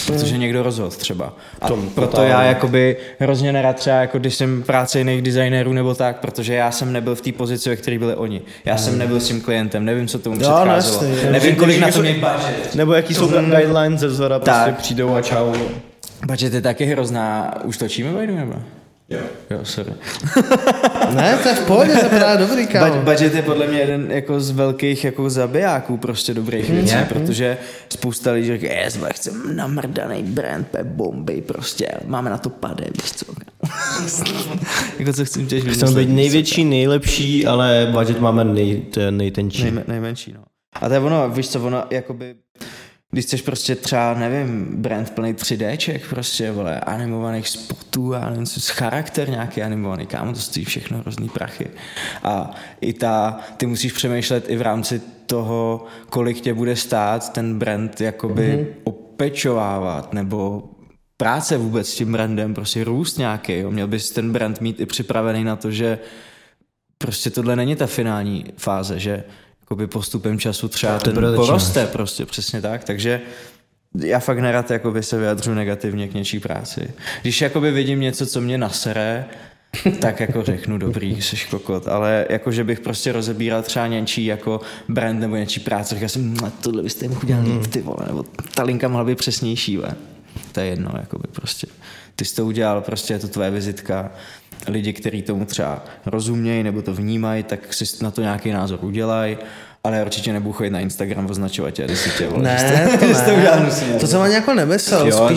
protože někdo rozhodl třeba. A proto já jakoby hrozně nerad třeba, jako když jsem práce jiných designérů nebo tak, protože já jsem nebyl v té pozici, ve které byli oni. Já jsem nebyl s tím klientem, nevím, co tomu předcházelo. Nevím, kolik na to měl budget. Nebo jaký jsou tam guidelines ze vzora, prostě přijdou a čau. Budget je taky hrozná. Už točíme, Vajdu, nebo? Jo, sorry. Ne, to je v pohodě, to je právě dobrý, kámo. Budget je podle mě jeden jako z velkých jako zabijáků prostě dobrých věcí, protože spousta lidí říká, chcem namrdaný brand, bomby, prostě, máme na to pade, víš co. Jako co chcem těž vymyslet. Chceme být největší, nejlepší, ale budget máme nejtenčí. Nejmenší, no. A to je ono, víš co, ono jakoby... Když chceš prostě třeba, nevím, brand plný 3Dček, prostě, vole, animovaných spotů a nevím, charakter nějaký animovaný, kámo, to stojí všechno hrozný prachy. A i ty musíš přemýšlet i v rámci toho, kolik tě bude stát ten brand jakoby opečovávat, nebo práce vůbec s tím brandem, prostě růst nějaký, jo. Měl bys ten brand mít i připravený na to, že prostě tohle není ta finální fáze, že jakoby postupem času třeba ten poroste prostě, přesně tak, takže já fakt nerad jakoby se vyjadřu negativně k něčí práci. Když jakoby vidím něco, co mě nasere, tak jako řeknu dobrý, jsi kokot, ale jako, že bych prostě rozebíral třeba něčí jako brand nebo něčí práce, říkal jsem, tohle byste mohl udělat líp, ty vole, nebo ta linka mohla být přesnější, ve. To je jedno, jakoby prostě. Ty jsi to udělal, prostě je to tvoje vizitka. Lidi, kteří tomu třeba rozumějí nebo to vnímají, tak si na to nějaký názor udělají, ale já určitě nebudu chodit na Instagram označovat tě, jestli tě vole. Ne, to jsem ani jako nemyslel, jo,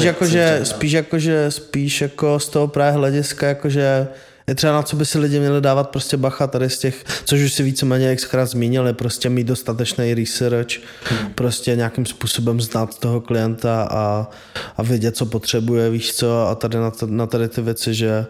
spíš jako z toho právě hlediska, jakože je třeba na co by si lidi měli dávat prostě bacha tady z těch, což už si víceméně xkrát zmínili, prostě mít dostatečný research, prostě nějakým způsobem znát toho klienta a vědět, co potřebuje, víš co, a tady na tady ty věci, že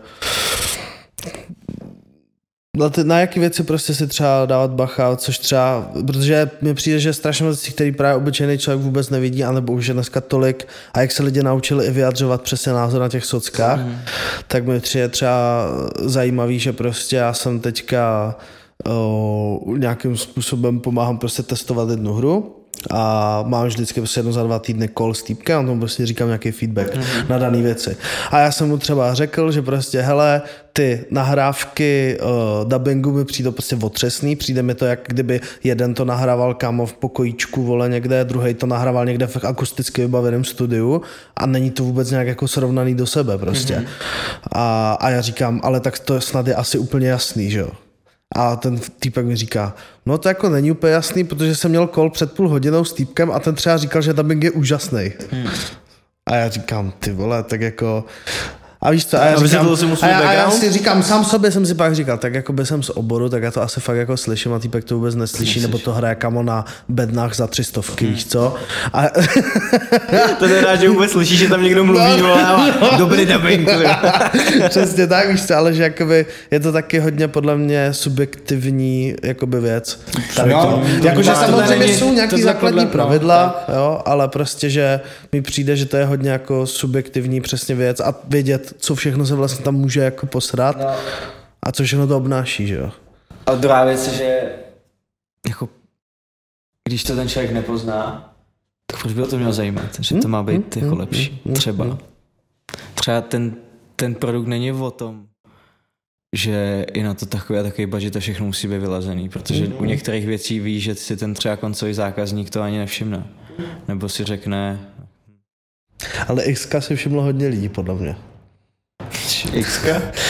na jaký věci prostě si třeba dávat bacha, což třeba, protože mi přijde, že strašně moc věcí, který právě obyčejný člověk vůbec nevidí, anebo už je dneska tolik, a jak se lidi naučili i vyjadřovat přesně názor na těch sockách, tak mi přijde třeba zajímavý, že prostě já jsem teďka nějakým způsobem pomáhám prostě testovat jednu hru, a mám vždycky prostě 1 za 2 týdny call s týpkem a tomu prostě říkám nějaký feedback na dané věci. A já jsem mu třeba řekl, že prostě hele, ty nahrávky dubbingu mi přijde prostě otřesný, přijde mi to, jak kdyby jeden to nahrával kámo v pokojíčku, vole, někde, druhý to nahrával někde v akusticky vybaveném studiu a není to vůbec nějak jako srovnaný do sebe prostě. A já říkám, ale tak to snad je asi úplně jasný, že jo. A ten týpek mi říká, no to jako není úplně jasný, protože jsem měl call před půl hodinou s týpkem a ten třeba říkal, že dubbing je úžasný. A já říkám, ty vole, tak jako... A víš co, a já si říkám, sám sobě jsem si pak říkal, tak jako by jsem z oboru, tak já to asi fakt jako slyším a týpek to vůbec neslyší, nebo to hraje kamo na bednách za 300, víš co? A... To nedáš, že vůbec slyšíš, že tam někdo mluví, dobrý dubbing. Přesně tak, víš co, ale že jakoby je to taky hodně podle mě subjektivní jakoby věc. Jakože samozřejmě jsou nějaký základní pravidla, jo, ale prostě, že mi přijde, že to je hodně jako subjektivní přesně věc a vědět, co všechno se vlastně tam může jako posrat a co všechno to obnáší, že jo. A druhá věc je, že jako, když to ten člověk nepozná, tak proč by to mělo zajímat, že to má být jako lepší. Třeba ten produkt není o tom, že i na to takový budget a všechno musí být vylazený, protože u některých věcí ví, že si ten třeba koncový zákazník to ani nevšimne. Nebo si řekne... Ale XK si všimlo hodně lidí, podle mě. XK?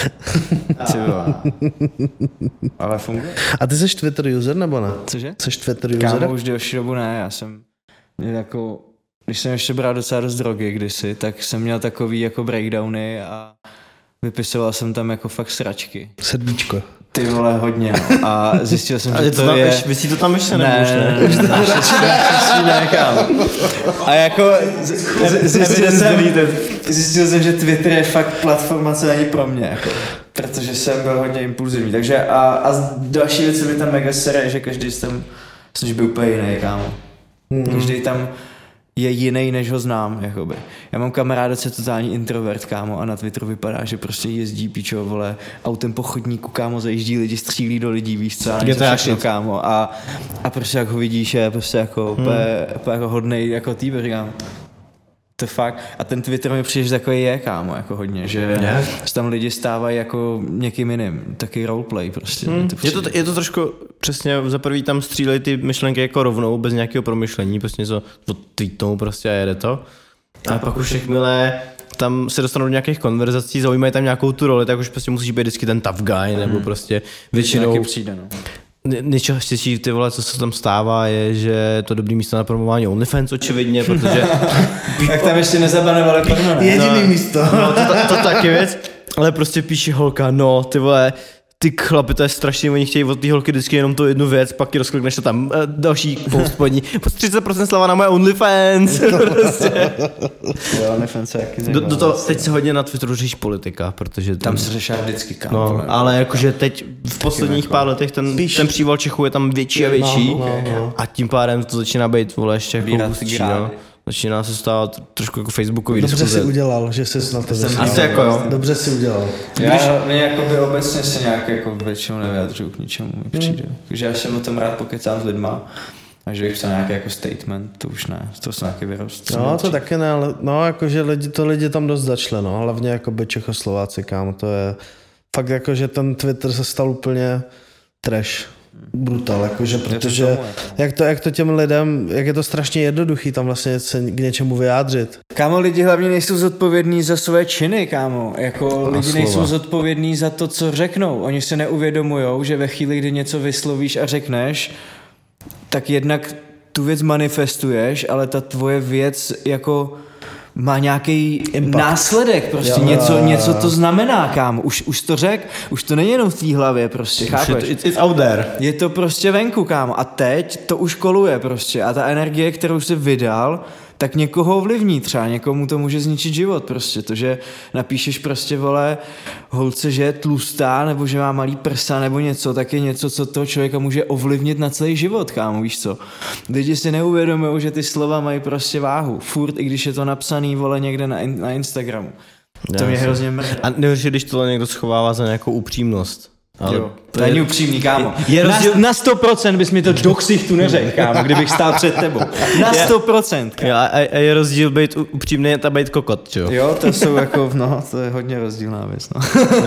Ale funguje. A ty jsi Twitter user, nebo ne? Cože? Jsi Twitter user? Kámo, už delší dobu ne, já jsem jako... Když jsem ještě bral docela dost drogy kdysi, tak jsem měl takový jako breakdowny a vypisoval jsem tam jako fakt sračky. Srdíčko. Ty vole, hodně, no. A zjistil jsem, že to je... Vy si to tam ještě nebo už ne? Ne, kámo. A jako zjistil jsem, že Twitter je fakt platforma, co není pro mě, jako. Protože jsem byl hodně impulzivní. Takže a další věc, co mi tam mega sere, že každý tam snaží být úplně jiný, kámo. Každý tam je jiný, než ho znám, jakoby. Já mám kamaráda, co je totální introvert, kámo, a na Twitteru vypadá, že prostě jezdí, pičo, vole, autem po chodníku, kámo, zajíždí lidi, střílí do lidí, víš co, a něco všechno, kámo, a prostě jak ho vidíš, je prostě jako úplně jako hodnej, jako týpek, říkám, To fakt. A ten Twitter mi přijde, že takový je, kámo, jako hodně, že se tam lidi stávají jako někým jiným. Taky roleplay prostě. Je to trošku přesně, za prvý tam střílej ty myšlenky jako rovnou, bez nějakého promyšlení, prostě něco tweetnou prostě a jede to. A pak už jakmile tam se dostanou do nějakých konverzací, zaujímají tam nějakou tu roli, tak už prostě musíš být vždycky ten tough guy, nebo prostě většinou... Přijde, no. Nejčastější ty vole, co se tam stává, je, že to dobrý místo na promování OnlyFans očividně, protože... Jak tam ještě nezabanovali porno, ne? Jediný místo. No, to taky věc, ale prostě píše holka, no ty vole, ty chlapi, to je strašně, oni chtějí od té holky vždycky jenom tu jednu věc, pak ti rozklikneš to tam další post pod ní, 30% slava na moje OnlyFans. Prostě. Jo, OnlyFans je jaký do toho teď se hodně na Twitteru řeší politika, protože tam se řeší vždycky, kámo. No, ale jakože teď v posledních pár letech ten příval Čechů je tam větší a větší a tím pádem to začíná být, vole, ještě jako hustší, no. Začíná se stávat trošku jako Facebookový Dobře diskuze. si udělal, že jsi na to zašel. Asi jako jo. Dobře si udělal. Mě jakoby obecně se nějak jako většinou nevyjadřuju k ničemu, mi přijde. Takže já jsem o tom rád pokecám s lidma. A že bych psal nějaký jako statement, to už ne, to jsou nějaký vyrost. No to taky ne, ale no jakože lidi tam dost začle, no, hlavně jakoby Čechoslováci, kámo, to je fakt jakože ten Twitter se stal úplně trash. Brutal, jakože, protože jak to těm lidem, jak je to strašně jednoduchý tam vlastně se k něčemu vyjádřit. Kámo, lidi hlavně nejsou zodpovědní za své činy, kámo. Jako lidi nejsou zodpovědní za to, co řeknou. Oni se neuvědomujou, že ve chvíli, kdy něco vyslovíš a řekneš, tak jednak tu věc manifestuješ, ale ta tvoje věc jako má nějaký následek, prostě něco to znamená, kámo. Už to řek, už to není jenom v té hlavě, prostě, chápeš? It's out there. Je to prostě venku, kámo. A teď to už koluje prostě. A ta energie, kterou jsi vydal, tak někoho ovlivní třeba, někomu to může zničit život prostě. To, že napíšeš prostě, vole, holce, že je tlustá, nebo že má malý prsa, nebo něco, tak je něco, co toho člověka může ovlivnit na celý život, kámo, víš co. Lidi si neuvědomují, že ty slova mají prostě váhu. Furt, i když je to napsaný, vole, někde na Instagramu. To mě hrozně mrzí. A nevíš, když tohle někdo schovává za nějakou upřímnost. Ale jo, to není upřímný, kámo. Na 100% bys mi to do ksichtu neřekl, kámo, kdybych stál před tebou. Na 100%, kámo. A je rozdíl být upřímný a být kokot, čo? Jo, to jsou jako, no, to je hodně rozdílná věc, no.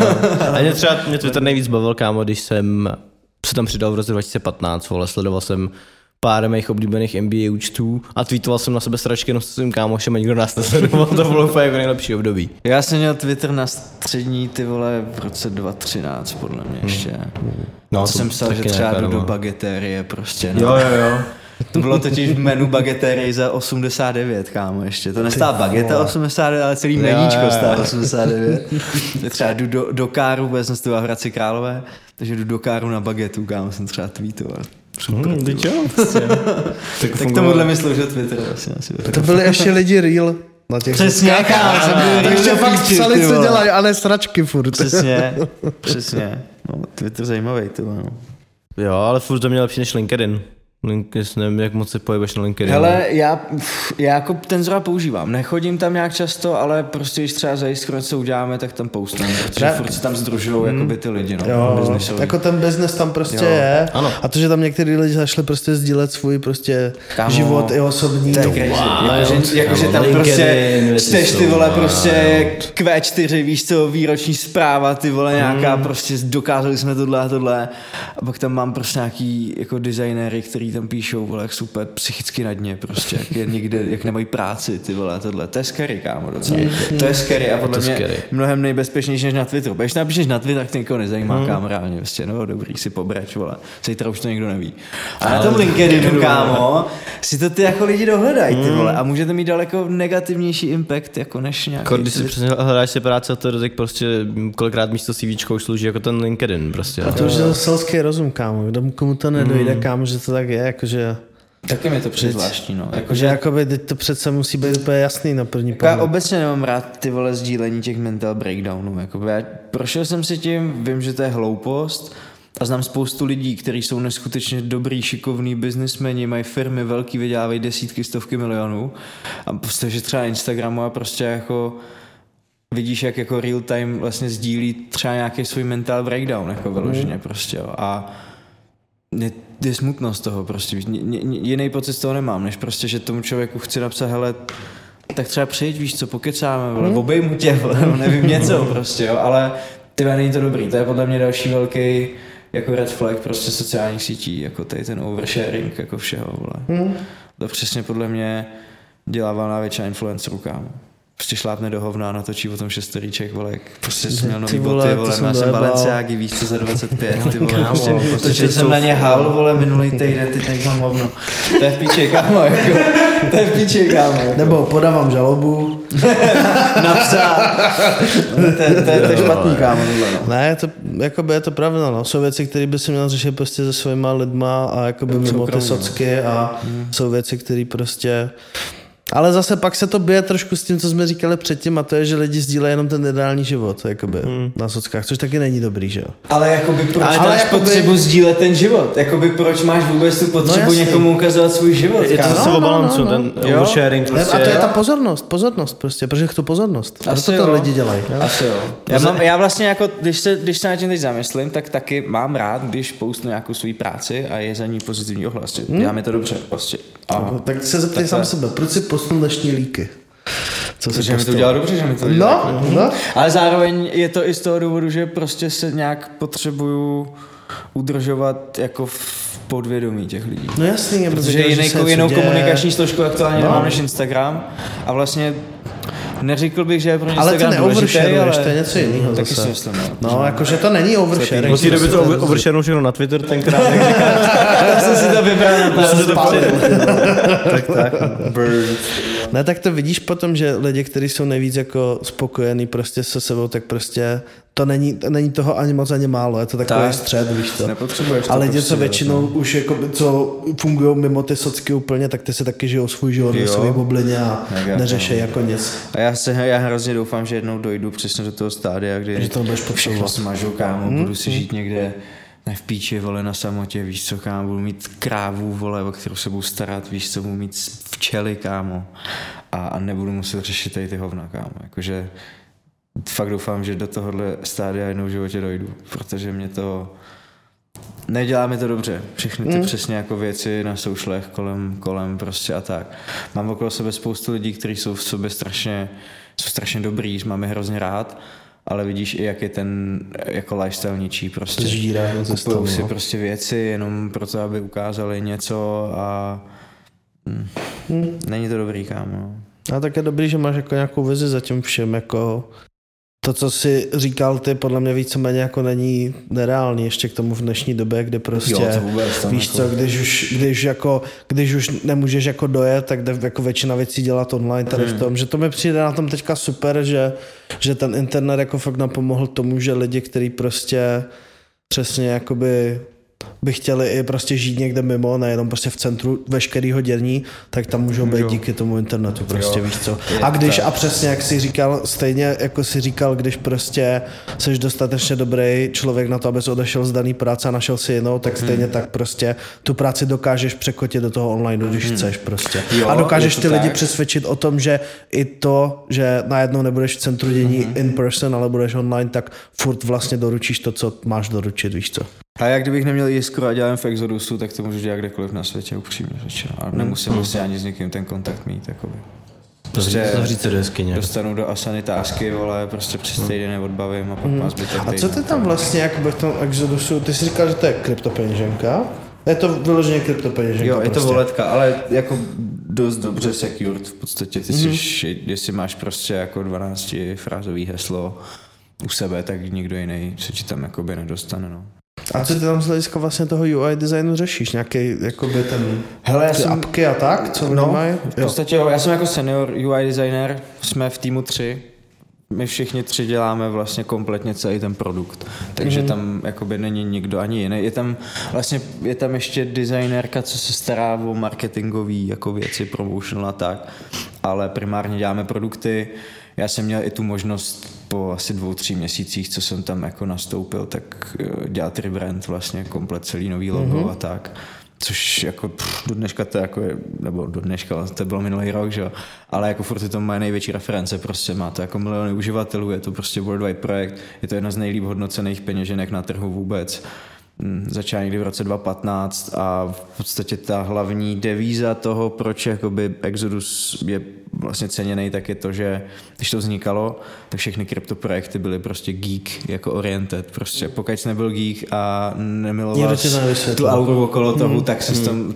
A mě Twitter nejvíc bavil, kámo, když jsem se tam přidal v roce 2015, vole, sledoval jsem pár mých oblíbených NBA účtů a tweetoval jsem na sebe sračky jenom s svým kámošem a nikdo nás nesledoval, to bylo úplně jako nejlepší období. Já jsem měl Twitter na střední, ty vole, v roce 2013, podle mě ještě. No, to jsem psal, že třeba jdu do bagetérie prostě. No. Jo. To bylo totiž v menu bagetérie za 89, kámo, ještě. To nestává bageta 89, ale celý meníčko stává 89. Třeba jdu do Káru, protože jsem studoval v Hradci Králové, takže jdu do Káru na bagetu, kámo, jsem třeba tweetoval. Super, tak tomuhle mi sloužil Twitter vlastně asi. To byli ještě lidi real. Na těch přesně, kámo. Ještě fakt psali, co dělají, a ne sračky furt. Přesně. No, Twitter zajímavý, ty no. Jo, ale furt to měl lepší než LinkedIn. Nevím, jak moc se pohybuješ na LinkedIn. Hele, já jako ten zrovna používám. Nechodím tam nějak často, ale prostě když třeba za jiskro něco uděláme, tak tam postujeme. Protože furt se tam združujou jakoby ty lidi, no. Jo, jako ten business tam prostě je. Ano. A to, že tam některý lidi zašli prostě sdílet svůj prostě život i osobní. Jakože tam prostě čteš ty vole prostě Q4, víš co, výroční zpráva, ty vole nějaká prostě dokázali jsme tohle a tohle. A pak tam mám prostě nějaký jako designéry, který tam píšou, vole, jak super psychicky na dně, prostě, jak nemají práci, ty vole, tohle. To je scary, kámo, docela. To je scary a podle mě mnohem nejbezpečnější než na Twitteru. Když napíšeš na Twitter, tak to nikoho nezajímá, kámo, reálně, prostě, no dobrý, si pobreč, vole. Zítra už to nikdo neví. A na tom LinkedInu, kámo, si to ty jako lidi dohledají, ty vole, a můžete mít daleko negativnější impact, jako než nějaký. Když si přesně hledáš si práce, to tak prostě kolikrát místo CVčko už slouží jako ten LinkedIn, prostě. A to už je selský rozum, kámo, komu to nedojde, kámo, že to tak je, jakože... Taky mi to přijde zvláštní, no. Jakože jakoby teď to přece musí být úplně jasný na první pohled. Já obecně nemám rád ty vole sdílení těch mental breakdownů, jakoby já prošel jsem si tím, vím, že to je hloupost a znám spoustu lidí, kteří jsou neskutečně dobrý, šikovní biznismeni, mají firmy velký, vydělávají desítky, stovky milionů a prostě, že třeba Instagramu a prostě jako vidíš, jak jako real time vlastně sdílí třeba nějaký svůj mental breakdown, jako vyloženě prostě, jo. A je smutno z toho prostě, jiný pocit z toho nemám, než prostě, že tomu člověku chci napsat, hele, tak třeba přijď, víš co, pokecáme, vole, obejmu tě, vole, nevím něco prostě, jo, ale tyhle není to dobrý, to je podle mě další velký jako red flag prostě sociálních sítí, jako tady ten oversharing jako všeho, vole. To přesně podle mě dělá valná většina influencerů, kámo. Prostě šlápne do hovna, natočí o tom 6 storíček, vole, prostě jsem měl nový boty, vole, měl jsem Balenciágy, víš co, za 25, ty vole, prostě, protože jsem na ně hál, vole, minulý týden, ty teď mám hovno. To je v píči, kámo, jako, to je v píči, kámo. Jako. Nebo podávám žalobu. Napsat. To je špatný, kámo, tohle, no. Ne, je to pravda, no. Jsou věci, které by se měl řešit prostě se svýma lidma a jakoby mimo ty socky a jsou věci, které prostě... Ale zase pak se to bije trošku s tím, co jsme říkali předtím, a to je, že lidi sdílejí jenom ten ideální život jakoby, na sockách, což taky není dobrý, že jo? Ale jakoby proč máš potřebu sdílet ten život? Jakoby proč máš vůbec tu potřebu někomu ukazovat svůj život? Je to zase o balancu, ten oversharing prostě. A to je ta pozornost prostě, protože chci pozornost. A to lidi dělají. Asi jo. Já vlastně jako, když se na tím teď zamyslím, tak taky mám rád, když poustnu nějakou svou práci a je za ní pozitivní ohlas. Dělá mi to dobře prostě. Tak se zeptej sám sebe, proč si postnul dnešní líky? Protože mi to dělá dobře, že mi to dělá. No. Ale zároveň je to i z toho důvodu, že prostě se nějak potřebuju udržovat jako v podvědomí těch lidí. No jasný. Protože jinou komunikační složku aktuálně nemám než Instagram a vlastně neřekl bych, že je pro Instagram důležitý, ale to je něco jiného. Taky si myslím. No, jakože to není oversharing. Od té doby to oversharing všechno na Twitter tenkrát. Já jsem si to vybral Tak. Ne, tak to vidíš potom, že lidi, kteří jsou nejvíc jako spokojení prostě se sebou, tak prostě to není toho ani moc, ani málo. Je to takový střed, víš co. A lidi, co většinou už jako, co fungují mimo ty socky úplně, tak ty se taky žijou svůj život ve své bublině a neřešejí jako nic. A já hrozně doufám, že jednou dojdu přesně do toho stádia, kdy všechno smažu, kámo, budu si žít někde ne v píči, vole, na samotě, víš co, kámo, budu mít krávu, vole, o kterou se budu starat, víš co, budu mít včely, kámo, a nebudu muset řešit tady ty hovna, kámo, jakože fakt doufám, že do tohohle stádia jednou v životě dojdu, protože mě to nedělá mi to dobře, všechny ty přesně jako věci na soušlech kolem prostě a tak. Mám okolo sebe spoustu lidí, kteří jsou v sobě strašně dobrý, mám je hrozně rád, ale vidíš i, jak je ten jako lifestyle ničí prostě. Kupujou si prostě věci jenom proto, aby ukázali něco a není to dobrý, kámo. A tak je dobrý, že máš jako nějakou vizi za tím všem, jako to, co jsi říkal ty, podle mě víceméně jako není nereálný ještě k tomu v dnešní době, kde prostě víš co, když už nemůžeš jako dojet, tak jde jako většina věcí dělat online tady v tom, že to mi přijde na tom teďka super, že ten internet jako fakt napomohl tomu, že lidi, kteří prostě přesně jakoby by chtěli i prostě žít někde mimo, nejenom prostě v centru veškerýho dění, tak tam můžou být díky tomu internetu prostě, víš co. A přesně jak jsi říkal, stejně jako jsi říkal, když prostě jsi dostatečně dobrý člověk na to, abys odešel z daný práce a našel si jinou, tak stejně tak prostě tu práci dokážeš překotit do toho online, když chceš prostě. A dokážeš ty lidi přesvědčit o tom, že i to, že najednou nebudeš v centru dění in person, ale budeš online, tak furt vlastně doručíš to, co máš doručit, víš co. A jak kdybych neměl Jiskru a dělám v Exodusu, tak to můžu dělat kdekoliv na světě, upřímně řečeno. A nemusím vlastně ani s někým ten kontakt mít, jakoby. Prostě dostanu do Asany tásky, vole, prostě přes týden odbavím a pak má zbytek. A co ty tam vlastně jakoby v tom Exodusu, ty jsi říkal, že to je kryptopeněženka? Je to vyloženě kryptopeněženka? Jo, je to voletka, ale jako dost dobře secured v podstatě. Ty jsi, jestli máš prostě jako 12frázový heslo u sebe, tak nikdo jiný se ti tam jakoby nedostane, no. A co ty tam z hlediska vlastně toho UI designu řešíš? Nějaký jakoby ten ty apky a tak, co mají? V podstatě jo, já jsem jako senior UI designer, jsme v týmu 3. My všichni 3 děláme vlastně kompletně celý ten produkt, takže tam jakoby není nikdo ani jiný. Je tam ještě designérka, co se stará o marketingový jako věci, promotional a tak, ale primárně děláme produkty. Já jsem měl i tu možnost po asi 2-3 měsících, co jsem tam jako nastoupil, tak dělat rebrand vlastně komplet celý nový logo a tak. Což jako do dneška to jako je, nebo do dneška, to bylo minulý rok, že jo, ale jako furt to má největší reference, prostě má to jako miliony uživatelů, je to prostě worldwide projekt, je to jedna z nejlíp hodnocených peněženek na trhu vůbec začal někdy v roce 2015 a v podstatě ta hlavní devíza toho, proč jakoby Exodus je vlastně ceněný, tak je to, že když to vznikalo, tak všechny kryptoprojekty byly prostě geek jako oriented. Prostě pokud jsi nebyl geek a nemiloval tu auru okolo toho, tak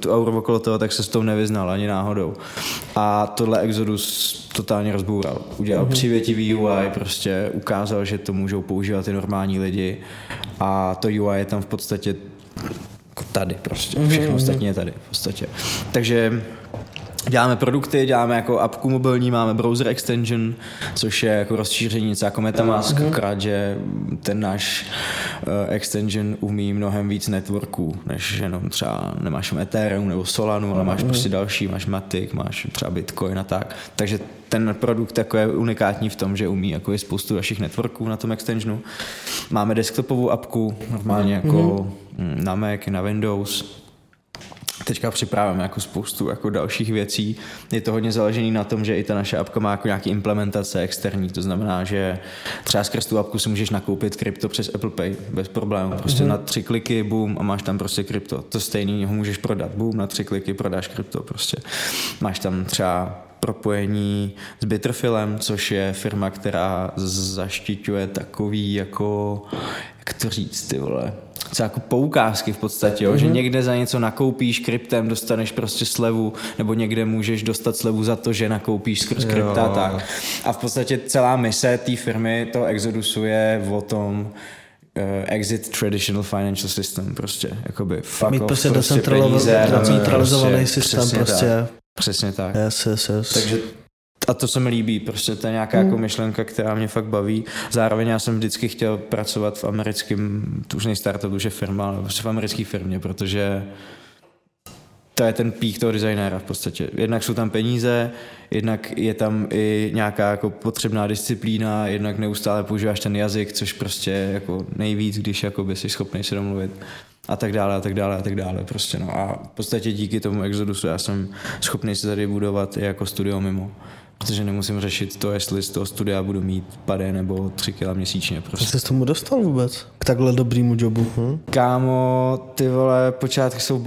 se s tou nevyznal ani náhodou. A tohle Exodus totálně rozboural. Udělal přívětivý UI, prostě ukázal, že to můžou používat i normální lidi a to UI je tam v podstatě tady prostě. Všechno ostatní je tady v podstatě. Takže děláme produkty, děláme jako appku mobilní, máme browser extension, což je jako rozšíření něco jako MetaMask, akorát, že ten náš extension umí mnohem víc networků, než jenom třeba nemáš Ethereum nebo Solanu, ale máš prostě další, máš Matic, máš třeba Bitcoin a tak. Takže ten produkt jako je unikátní v tom, že umí jako je spoustu dalších networků na tom extensionu. Máme desktopovou appku, normálně jako na Mac, na Windows. Teďka připravujeme jako spoustu jako dalších věcí. Je to hodně založený na tom, že i ta naše apka má jako nějaký implementace externí. To znamená, že třeba skrz tu apku si můžeš nakoupit krypto přes Apple Pay bez problémů. Prostě na 3 kliky, boom, a máš tam prostě krypto. To stejný ho můžeš prodat. Boom, na 3 kliky prodáš krypto prostě. Máš tam třeba propojení s Bitterfillem, což je firma, která zaštiťuje takový jako, jak to říct, ty vole, co jako poukázky v podstatě, jo? Že někde za něco nakoupíš kryptem, dostaneš prostě slevu, nebo někde můžeš dostat slevu za to, že nakoupíš skrz krypta, tak. A v podstatě celá mise té firmy, toho Exodusu je o tom, exit traditional financial system, prostě, jakoby fuck mít off, prostě decentralizovaný systém, prostě. Přesně tak. Yes. Takže a to se mi líbí, prostě to je nějaká jako myšlenka, která mě fakt baví. Zároveň já jsem vždycky chtěl pracovat v americkém, to už nej startup, už je firma, ale prostě v americké firmě, protože to je ten pík toho designéra v podstatě. Jednak jsou tam peníze, jednak je tam i nějaká jako potřebná disciplína, jednak neustále používáš ten jazyk, což prostě jako nejvíc, když jakoby jsi schopný se domluvit. A tak dále, prostě no. A v podstatě díky tomu Exodusu já jsem schopný se tady budovat i jako studio mimo. Protože nemusím řešit to, jestli z toho studia budu mít pade nebo 3 kila měsíčně. Prostě. Jak jsi s tomu dostal vůbec? K takhle dobrýmu jobu? Kámo, ty vole, počátky jsou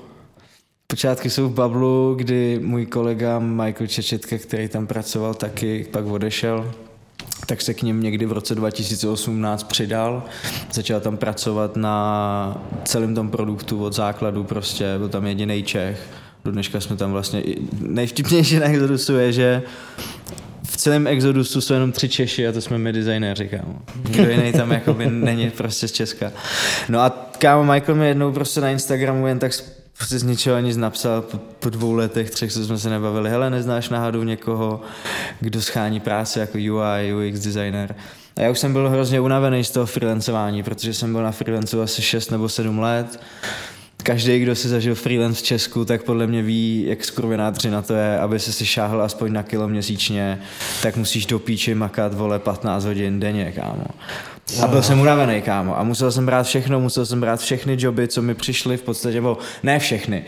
v bablu, kdy můj kolega Michael Čečetka, který tam pracoval taky, pak odešel, tak se k ním někdy v roce 2018 přidal. Začal tam pracovat na celém tom produktu od základu, prostě byl tam jedinej Čech. Do dneška jsme tam vlastně, nejvtipnější na Exodusu je, že v celém Exodusu jsou jenom 3 Češi a to jsme my designéři, kámo. Nikdo jiný tam jakoby není prostě z Česka. No a kámo, Michael mi jednou prostě na Instagramu jen tak prostě z ničeho nic napsal po 2 letech, 3, co jsme se nebavili. Hele, neznáš náhodou někoho, kdo schání práce jako UI, UX designer? A já už jsem byl hrozně unavený z toho freelancování, protože jsem byl na freelancu asi 6 nebo 7 let. Každý, kdo si zažil freelance v Česku, tak podle mě ví, jak skurvená dřina to je, aby se si šáhl aspoň na kilo měsíčně, tak musíš do píči makat, vole, 15 hodin denně, kámo. A byl jsem unavený, kámo. A musel jsem brát všechny joby, co mi přišly v podstatě, bo ne všechny.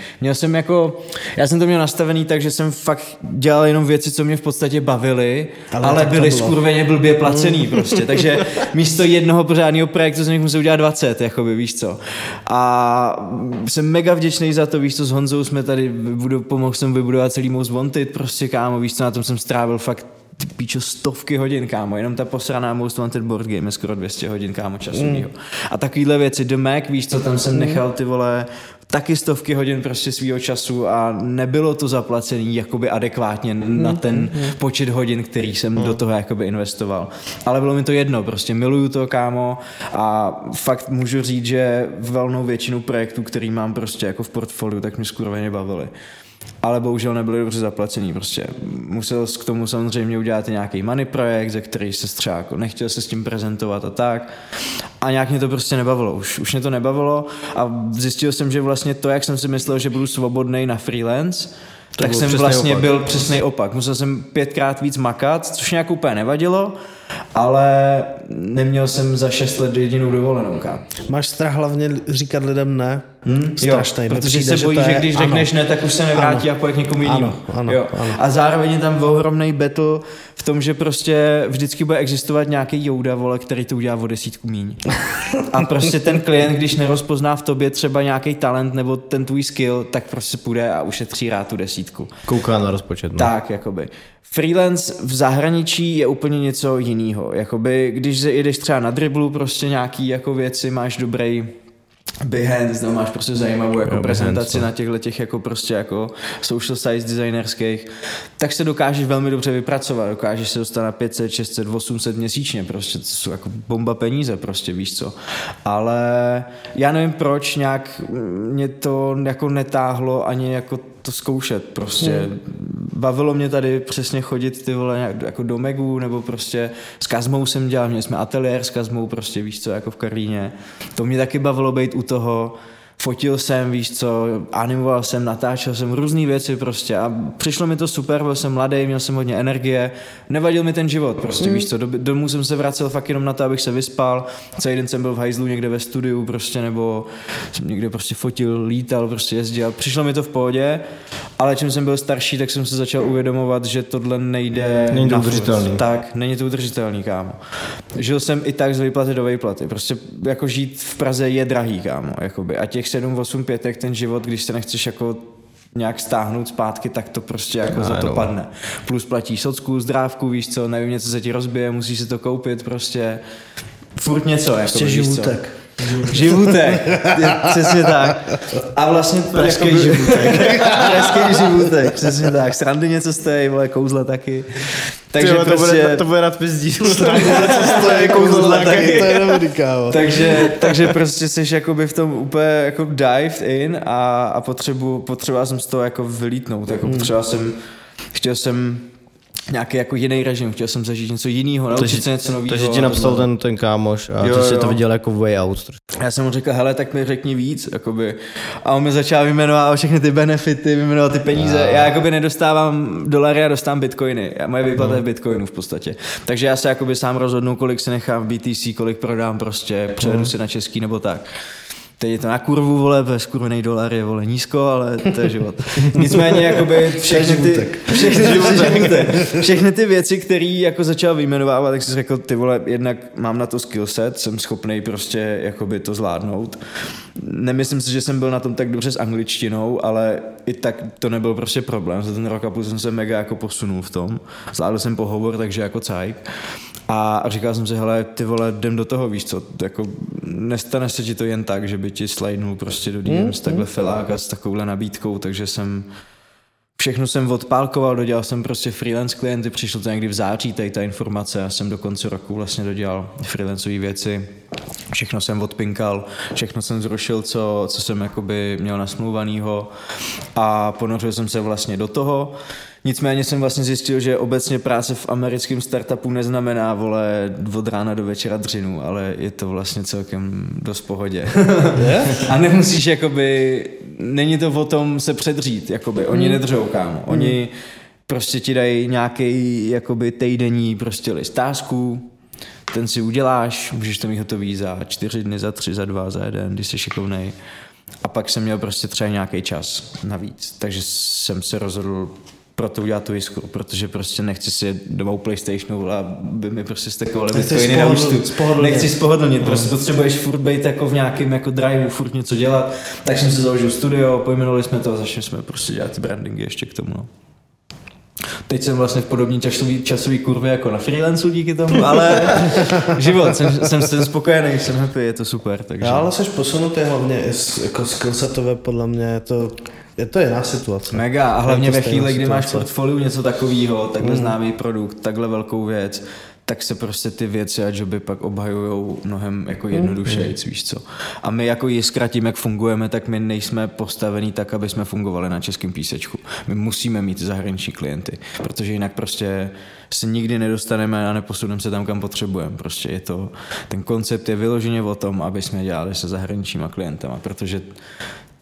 Já jsem to měl nastavený tak, že jsem fakt dělal jenom věci, co mě v podstatě bavily, ale byly skurveně blbě placený prostě. Takže místo jednoho pořádného projektu jsem jich musel udělat 20, jakoby, víš co. A jsem mega vděčný za to, víš co, s Honzou jsme tady, pomohl jsem vybudovat celý Most Wanted, prostě, kámo, víš co, na tom jsem strávil fakt ty píčo 100 hodin, kámo, jenom ta posraná Most Wanted board game je skoro 200 hodin, kámo, časovýho. A takovýhle věci, The Mac, víš co, tam jsem nechal ty vole taky 100 hodin prostě svýho času a nebylo to zaplacený jakoby adekvátně na ten počet hodin, který jsem do toho jakoby investoval. Ale bylo mi to jedno, prostě miluju to, kámo, a fakt můžu říct, že valnou většinu projektů, který mám prostě jako v portfoliu, tak mě skurveně bavily. Ale bohužel nebyly dobře zaplacený prostě. Musel k tomu samozřejmě udělat nějaký money projekt, ze který se třeba jako nechtěl se s tím prezentovat a tak. A nějak mě to prostě nebavilo. Už mě to nebavilo a zjistil jsem, že vlastně to, jak jsem si myslel, že budu svobodnej na freelance, tak jsem vlastně byl přesný opak. Musel jsem 5krát víc makat, což nějak úplně nevadilo, ale neměl jsem za 6 let jedinou dovolenou, kámo. Máš strach hlavně říkat lidem ne? Strašnej. Protože se bojí, že když řekneš ne, tak už se nevrátí a pojď někomu jinému. Ano. A zároveň je tam ohromnej battle v tom, že prostě vždycky bude existovat nějaký Jouda, vole, který to udělá o 10 míň. A prostě ten klient, když nerozpozná v tobě třeba nějaký talent nebo ten tvůj skill, tak prostě půjde a ušetří rád tu 10. Kouká na rozpočet. No. Tak, jakoby. Freelance v zahraničí je úplně něco jiného. Jakoby, když jedeš třeba na driblu, prostě nějaký jako věci, máš dobrý Behance, no, máš prostě zajímavou jako prezentaci na těchto těch jako prostě jako social size designerských, tak se dokážeš velmi dobře vypracovat, dokážeš se dostat na 500, 600, 800 měsíčně, prostě to jsou jako bomba peníze, prostě víš co. Ale já nevím proč, nějak mě to jako netáhlo ani jako to zkoušet, prostě bavilo mě tady přesně chodit ty vole nějak jako do Megu, nebo prostě s Kazmou jsem dělal, měli jsme ateliér s Kazmou, prostě víš co, jako v Karlíně. To mě taky bavilo být u toho, fotil jsem, víš co, animoval jsem, natáčel jsem různý věci prostě a přišlo mi to super, byl jsem mladý, měl jsem hodně energie, nevadil mi ten život prostě, víš co, domů jsem se vracel fakt jenom na to, abych se vyspal, celý den jsem byl v hajzlu někde ve studiu prostě, nebo jsem někde prostě fotil, lítal, prostě jezdil, přišlo mi to v pohodě, ale čím jsem byl starší, tak jsem se začal uvědomovat, že tohle nejde. Není to udržitelný. Tak, není to udržitelný, kámo. Žil jsem i tak z výplaty do výplaty, prostě jako žít v Praze je drahý, kámo, jakoby, a těch 7-8 pětek ten život, když se nechceš jako nějak stáhnout zpátky, tak to prostě jako za to padne. Plus platíš socku, zdrávku, víš co, nevím, něco se ti rozbije, musíš si to koupit, prostě furt něco. Prostě živoutek. Živoutek, přesně tak. A vlastně pražský živoutek. Pražský živoutek, přesně tak. Srandy něco stojí, vole, kouzla taky. Takže tyjo, prostě... to bude nadpis dílu. Srandy něco stojí, kouzla taky. To je dobrý, kámo. Takže prostě jsi jakoby v tom úplně jako dived in a potřeboval jsem z toho jako vylítnout. Jako chtěl jsem nějaký jako jiný režim, chtěl jsem zažít něco jiného, naučit se něco nového. Takže ti napsal ten kámoš a ty si to viděl jako way out. Já jsem mu řekl, hele, tak mi řekni víc, jakoby. A on mi začal vyjmenovat všechny ty benefity, vyjmenovat ty peníze. Já jakoby nedostávám dolary, a dostávám bitcoiny. Moje výplata je v bitcoinu v podstatě. Takže já se jakoby sám rozhodnu, kolik se nechám v BTC, kolik prodám, prostě přejedu si na český nebo tak. Teď je to na kurvu, vole, skurvený dolar je, vole, nízko, ale to je život. Nicméně, jakoby všechny ty věci, které jako začal vyjmenovávat, tak jsem řekl, ty vole, jednak mám na to skillset, jsem schopnej prostě jakoby to zvládnout. Nemyslím si, že jsem byl na tom tak dobře s angličtinou, ale i tak to nebyl prostě problém. Za ten rok a půl jsem se mega jako posunul v tom. Zvládl jsem pohovor, takže jako cajk. A říkal jsem si, hele, ty vole, jdem do toho, víš co, jako nestane se ti to jen tak, že by ti slidnul prostě do DMs takhle filák a s takovouhle nabídkou, takže všechno jsem odpálkoval, dodělal jsem prostě freelance klienty, přišlo to někdy v září, tady ta informace, já jsem do konce roku vlastně dodělal freelanceové věci, všechno jsem odpinkal, všechno jsem zrušil, co jsem jakoby měl nasmluvanýho a ponořil jsem se vlastně do toho. Nicméně jsem vlastně zjistil, že obecně práce v americkém startupu neznamená, vole, od rána do večera dřinu, ale je to vlastně celkem dost pohodě. A nemusíš, jakoby, není to o tom se předřít, jakoby, oni nedržou, kámo. Oni prostě ti dají nějaký, jakoby, týdenní prostě list tasků, ten si uděláš, můžeš to mít hotový za 4 dny, za 3, za 2, za 1, když jsi šikovnej. A pak jsem měl prostě třeba nějaký čas navíc, takže jsem se rozhodl proto udělat tu jisku, protože prostě nechci si domů PlayStationu a by mi prostě stekovaly bitcoiny na účtu. Nechci spohodlnit, prostě potřebuješ furt být jako v nějakém jako driveu, furt něco dělat. Tak jsem si založil studio, pojmenovali jsme to a začali jsme prostě dělat ty brandingy ještě k tomu. No. Teď jsem vlastně v podobné časové kurvě jako na freelancu díky tomu, ale život, jsem spokojený, jsem happy, je to super. Takže... Já ale jsi posunutý hlavně jako skillsetové, podle mě je to jiná situace. Mega a hlavně ve chvíli, kdy máš v portfoliu něco takového, takhle známý produkt, takhle velkou věc, tak se prostě ty věci a joby pak obhajujou mnohem jako jednodušejc, víš co. A my jako Jiskra tím, jak fungujeme, tak my nejsme postavení tak, aby jsme fungovali na českém písečku. My musíme mít zahraniční klienty, protože jinak prostě se nikdy nedostaneme a neposuneme se tam, kam potřebujeme. Prostě je to, ten koncept je vyloženě o tom, aby jsme dělali se zahraničníma klientama, protože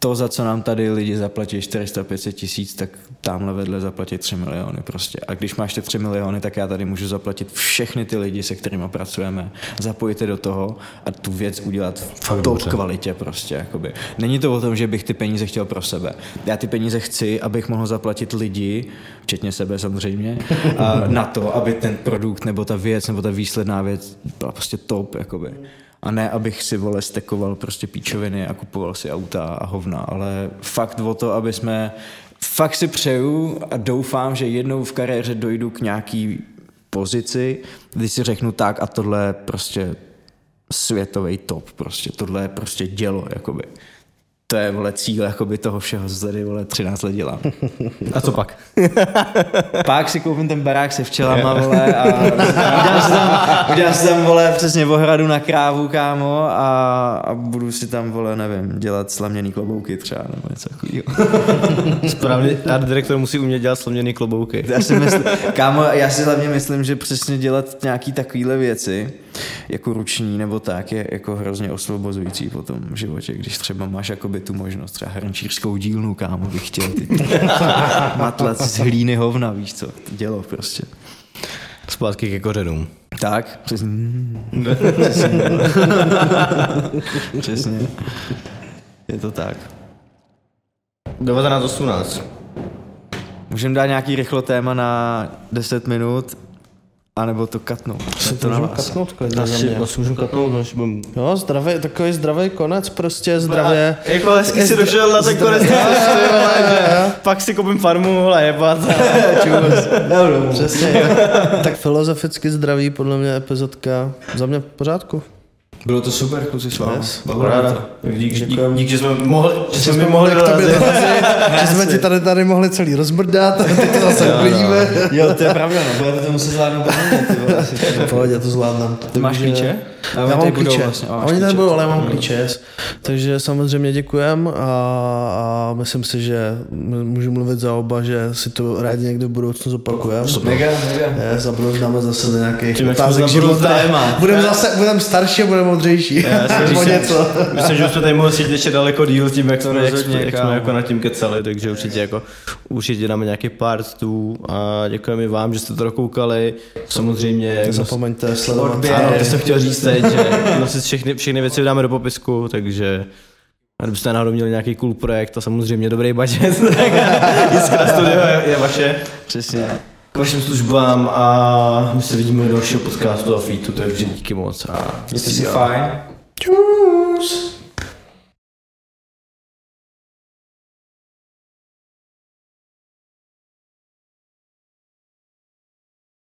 to, za co nám tady lidi zaplatí 400-500 tisíc, tak tamhle vedle zaplatí 3 miliony prostě. A když máš ty 3 miliony, tak já tady můžu zaplatit všechny ty lidi, se kterými pracujeme, zapojit je do toho a tu věc udělat v top kvalitě prostě. Jakoby. Není to o tom, že bych ty peníze chtěl pro sebe. Já ty peníze chci, abych mohl zaplatit lidi, včetně sebe samozřejmě, a na to, aby ten produkt nebo ta věc nebo ta výsledná věc byla prostě top. Jakoby. A ne, abych si stekoval prostě píčoviny a kupoval si auta a hovna, ale fakt o to, aby jsme, fakt si přeju a doufám, že jednou v kariéře dojdu k nějaký pozici, kdy si řeknu tak a tohle je prostě světový top, prostě tohle je prostě dělo, jakoby. To je, cíl jakoby toho všeho, co tady, 13 let dělám. A co pak? Pak si koupím ten barák se včelama, a udělám si tam, přesně ohradu na krávu, kámo, a budu si tam, nevím, dělat slaměný klobouky třeba, nebo něco takového. Správně, art direktor musí umět dělat slaměný klobouky. Já si hlavně myslím, že přesně dělat nějaký takovýhle věci, jako ruční nebo tak, je jako hrozně osvobozující potom v životě, když třeba máš jakoby tu možnost, třeba hrnčířskou dílnu, kámo, bych chtěl ty matlac z hlíny hovna, víš co, to dělo prostě. Zpátky ke kořenům. Tak, přesně. Přesně. Je to tak. 1918. Můžeme dát nějaký rychlo téma na 10 minut, anebo to katnout. To na vás. Katnout, klidně za mě. Můžu katnout, než budem... Jo, zdravý, takový zdravý konec, prostě zdravě. Jako hezky si došel na ten konec, pak si koupím farmu a jebat. Přesně. Tak filozoficky zdravý, podle mě epizodka, za mě v pořádku. Bylo to super, kluci s vámi. Dík, že jsme mohli dorazit. Že jsme ti tady mohli celý rozbrdat a teď to zase uklidíme. Jo, to je pravda, no, budete to muset zvládnout v pohodě, to zvládnem. Ty máš klíče? Já mám klíče. Oni tady budou, ale já mám klíče. Takže samozřejmě děkujem a myslím si, že můžu mluvit za oba, že si to rádi někdy v budoucnu zopakujeme. Mega. Budeme dáme zase do nějakých otázek života. Budeme starší a budeme modřejší. Myslím, že už jsme tady mohli sedět ještě daleko díl tím, jak jsme jako nad tím kecali, takže určitě dáme nějaký part 2 a děkujeme vám, že jste to dokoukali. Samozřejmě. Nezapomeňte sledovat. Ano, to jsem chtěl říct teď, že všechny věci dáme do popisku, takže kdybyste náhodou měli nějaký cool projekt a samozřejmě dobrý budget, tak Jiskra Studio je vaše. Přesně. K vašim službám a my se vidíme do dalšího podcastu a featu, takže díky moc a mějte si fajn. Čus.